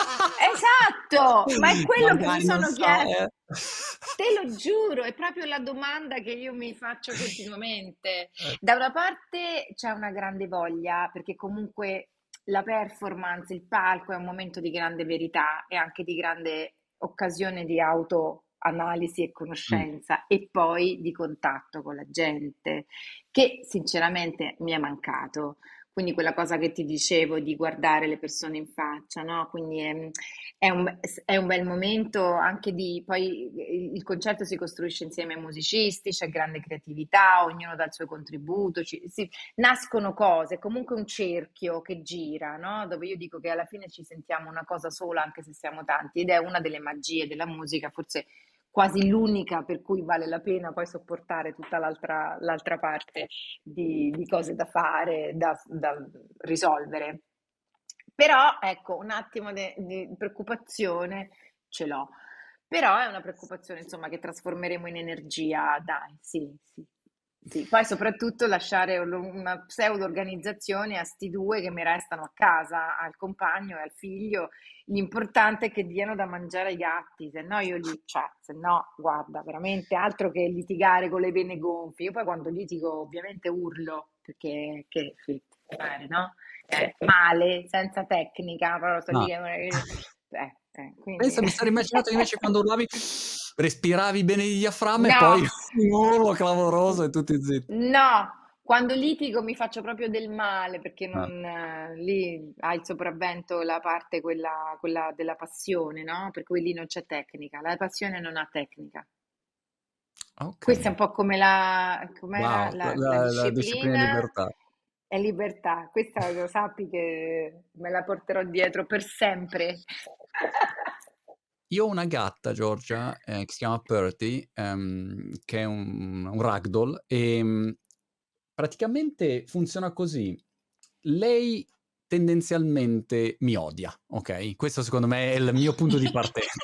Esatto, ma è quello che mi Magari non sono so, chiesto, eh. te lo giuro, è proprio la domanda che io mi faccio continuamente. Ecco. Da una parte c'è una grande voglia, perché comunque la performance, il palco è un momento di grande verità e anche di grande occasione di autoanalisi e Mm. conoscenza e poi di contatto con la gente, che sinceramente mi è mancato. Quindi quella cosa che ti dicevo di guardare le persone in faccia, no? Quindi è, è un, è un bel momento anche di, poi il il concerto si costruisce insieme ai musicisti, c'è grande creatività, ognuno dà il suo contributo, ci- si- nascono cose, comunque un cerchio che gira, no? Dove io dico che alla fine ci sentiamo una cosa sola anche se siamo tanti ed è una delle magie della musica, forse quasi l'unica per cui vale la pena poi sopportare tutta l'altra l'altra parte di, di cose da fare, da, da risolvere. Però ecco, un attimo de- di preoccupazione ce l'ho. Però è una preoccupazione, insomma, che trasformeremo in energia, dai, sì, sì. Sì, poi soprattutto lasciare un- una pseudo-organizzazione a sti due che mi restano a casa, al compagno e al figlio. L'importante è che diano da mangiare ai gatti, se no io li, cioè, se no, guarda, veramente altro che litigare con le pene gonfie. Io poi quando litigo ovviamente urlo, perché che fare, no? Cioè, male, senza tecnica, però sto lì No. che... Eh, eh, quindi... Pensa, mi sarei immaginato invece quando urlavi, respiravi bene il diaframma e No, poi un urlo clamoroso e tutti zitti. no, quando litigo mi faccio proprio del male perché Ah, non, eh, lì ha il sopravvento la parte quella, quella della passione, no? Per cui lì non c'è tecnica, la passione non ha tecnica. ok. Questa è un po' come la, com'era Wow, la, la la, la disciplina di disciplina libertà. e libertà. Questa lo sappi che me la porterò dietro per sempre. Io ho una gatta, Giorgia, eh, che si chiama Purty, ehm, che è un, un ragdoll, e mh, praticamente funziona così. Lei tendenzialmente mi odia, ok? Questo secondo me è il mio punto di partenza.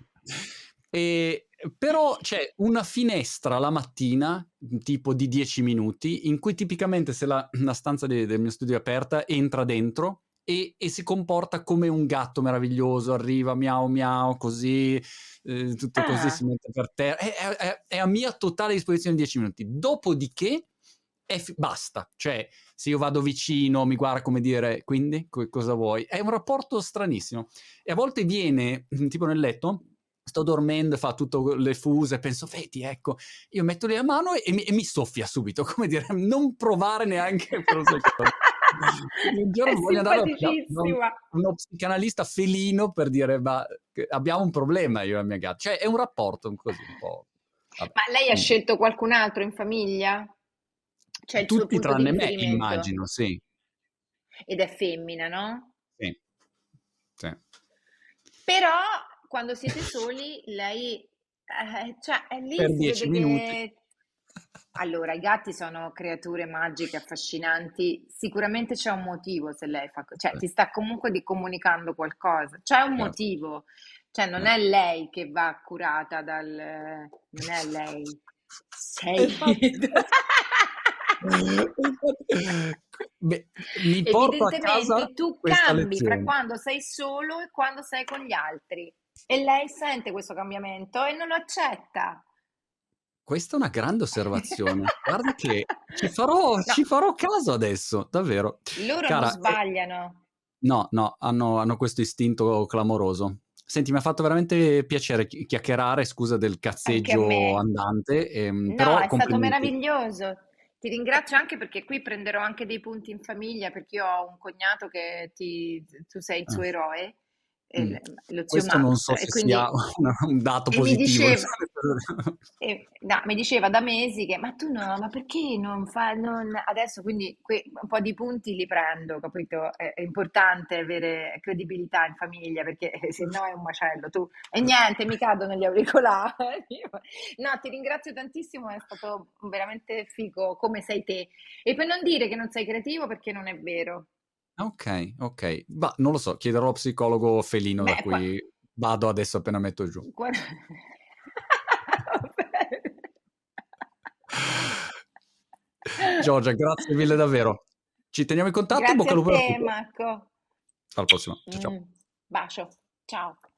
E, però c'è una finestra la mattina, tipo di dieci minuti, in cui tipicamente se la, la stanza de- del mio studio è aperta, entra dentro e, e si comporta come un gatto meraviglioso, arriva miau miau così, eh, tutto così, si Ah, mette per terra, è, è- è- è a mia totale disposizione dieci minuti. Dopodiché è fi- basta, cioè se io vado vicino mi guarda come dire quindi co- cosa vuoi? È un rapporto stranissimo e a volte viene tipo nel letto, sto dormendo, fa tutte le fuse, penso vedi ecco, io metto lì la mano e, e mi, e mi soffia subito, come dire non provare neanche per un secondo. Quindi un è giorno voglio andare da, da un- simpaticissima. uno psicanalista felino per dire ma abbiamo un problema io e la mia gatta, cioè è un rapporto così un po', vabbè. Ma lei ha Mm. scelto qualcun altro in famiglia? Cioè il suo Tutti punto di tranne me riferimento? immagino, sì. ed è femmina, no? Sì, sì. Però quando siete soli, lei, eh, cioè, è lì Per si dieci vede minuti. che... Allora, i gatti sono creature magiche, affascinanti. Sicuramente c'è un motivo se lei fa, co- cioè Sì, ti sta comunque di comunicando qualcosa. C'è un certo, motivo, cioè non è certo. lei che va curata dal... non è lei. E Sei... infatti infatti beh, mi porto a casa Evidentemente tu questa cambi fra lezione. quando sei solo e quando sei con gli altri. E lei sente questo cambiamento e non lo accetta. Questa è una grande osservazione. Guarda che ci farò No, ci farò caso adesso, davvero. loro non Cara, e sbagliano. no, no, hanno hanno questo istinto clamoroso. Senti, mi ha fatto veramente piacere chi chiacchierare, scusa del Anche a cazzeggio me. andante, ehm, No, però è stato complimenti. meraviglioso. Ti ringrazio anche perché qui prenderò anche dei punti in famiglia perché io ho un cognato che ti, tu sei il suo Ah, eroe, mh. il- lo zio Questo non Max, so e se sia quindi un dato e mi positivo. diceva, e, no, mi diceva da mesi che ma tu no, ma perché non fai, non... adesso quindi que- un po' di punti li prendo, capito? È, è importante avere credibilità in famiglia perché eh, se no è un macello, tu e niente, mi cadono gli auricolari. No, ti ringrazio tantissimo, è stato veramente figo come sei te. E per non dire che non sei creativo perché non è vero. Okay, okay. Bah, non lo so, chiederò allo psicologo felino da Beh, qua... cui vado adesso appena metto giù. qua- Va bene. Giorgia, grazie mille davvero. Ci teniamo in contatto, in Grazie bocca al a lupo per te, tutto. Marco. Alla prossima. Cia ciao. Mm, bacio. Ciao.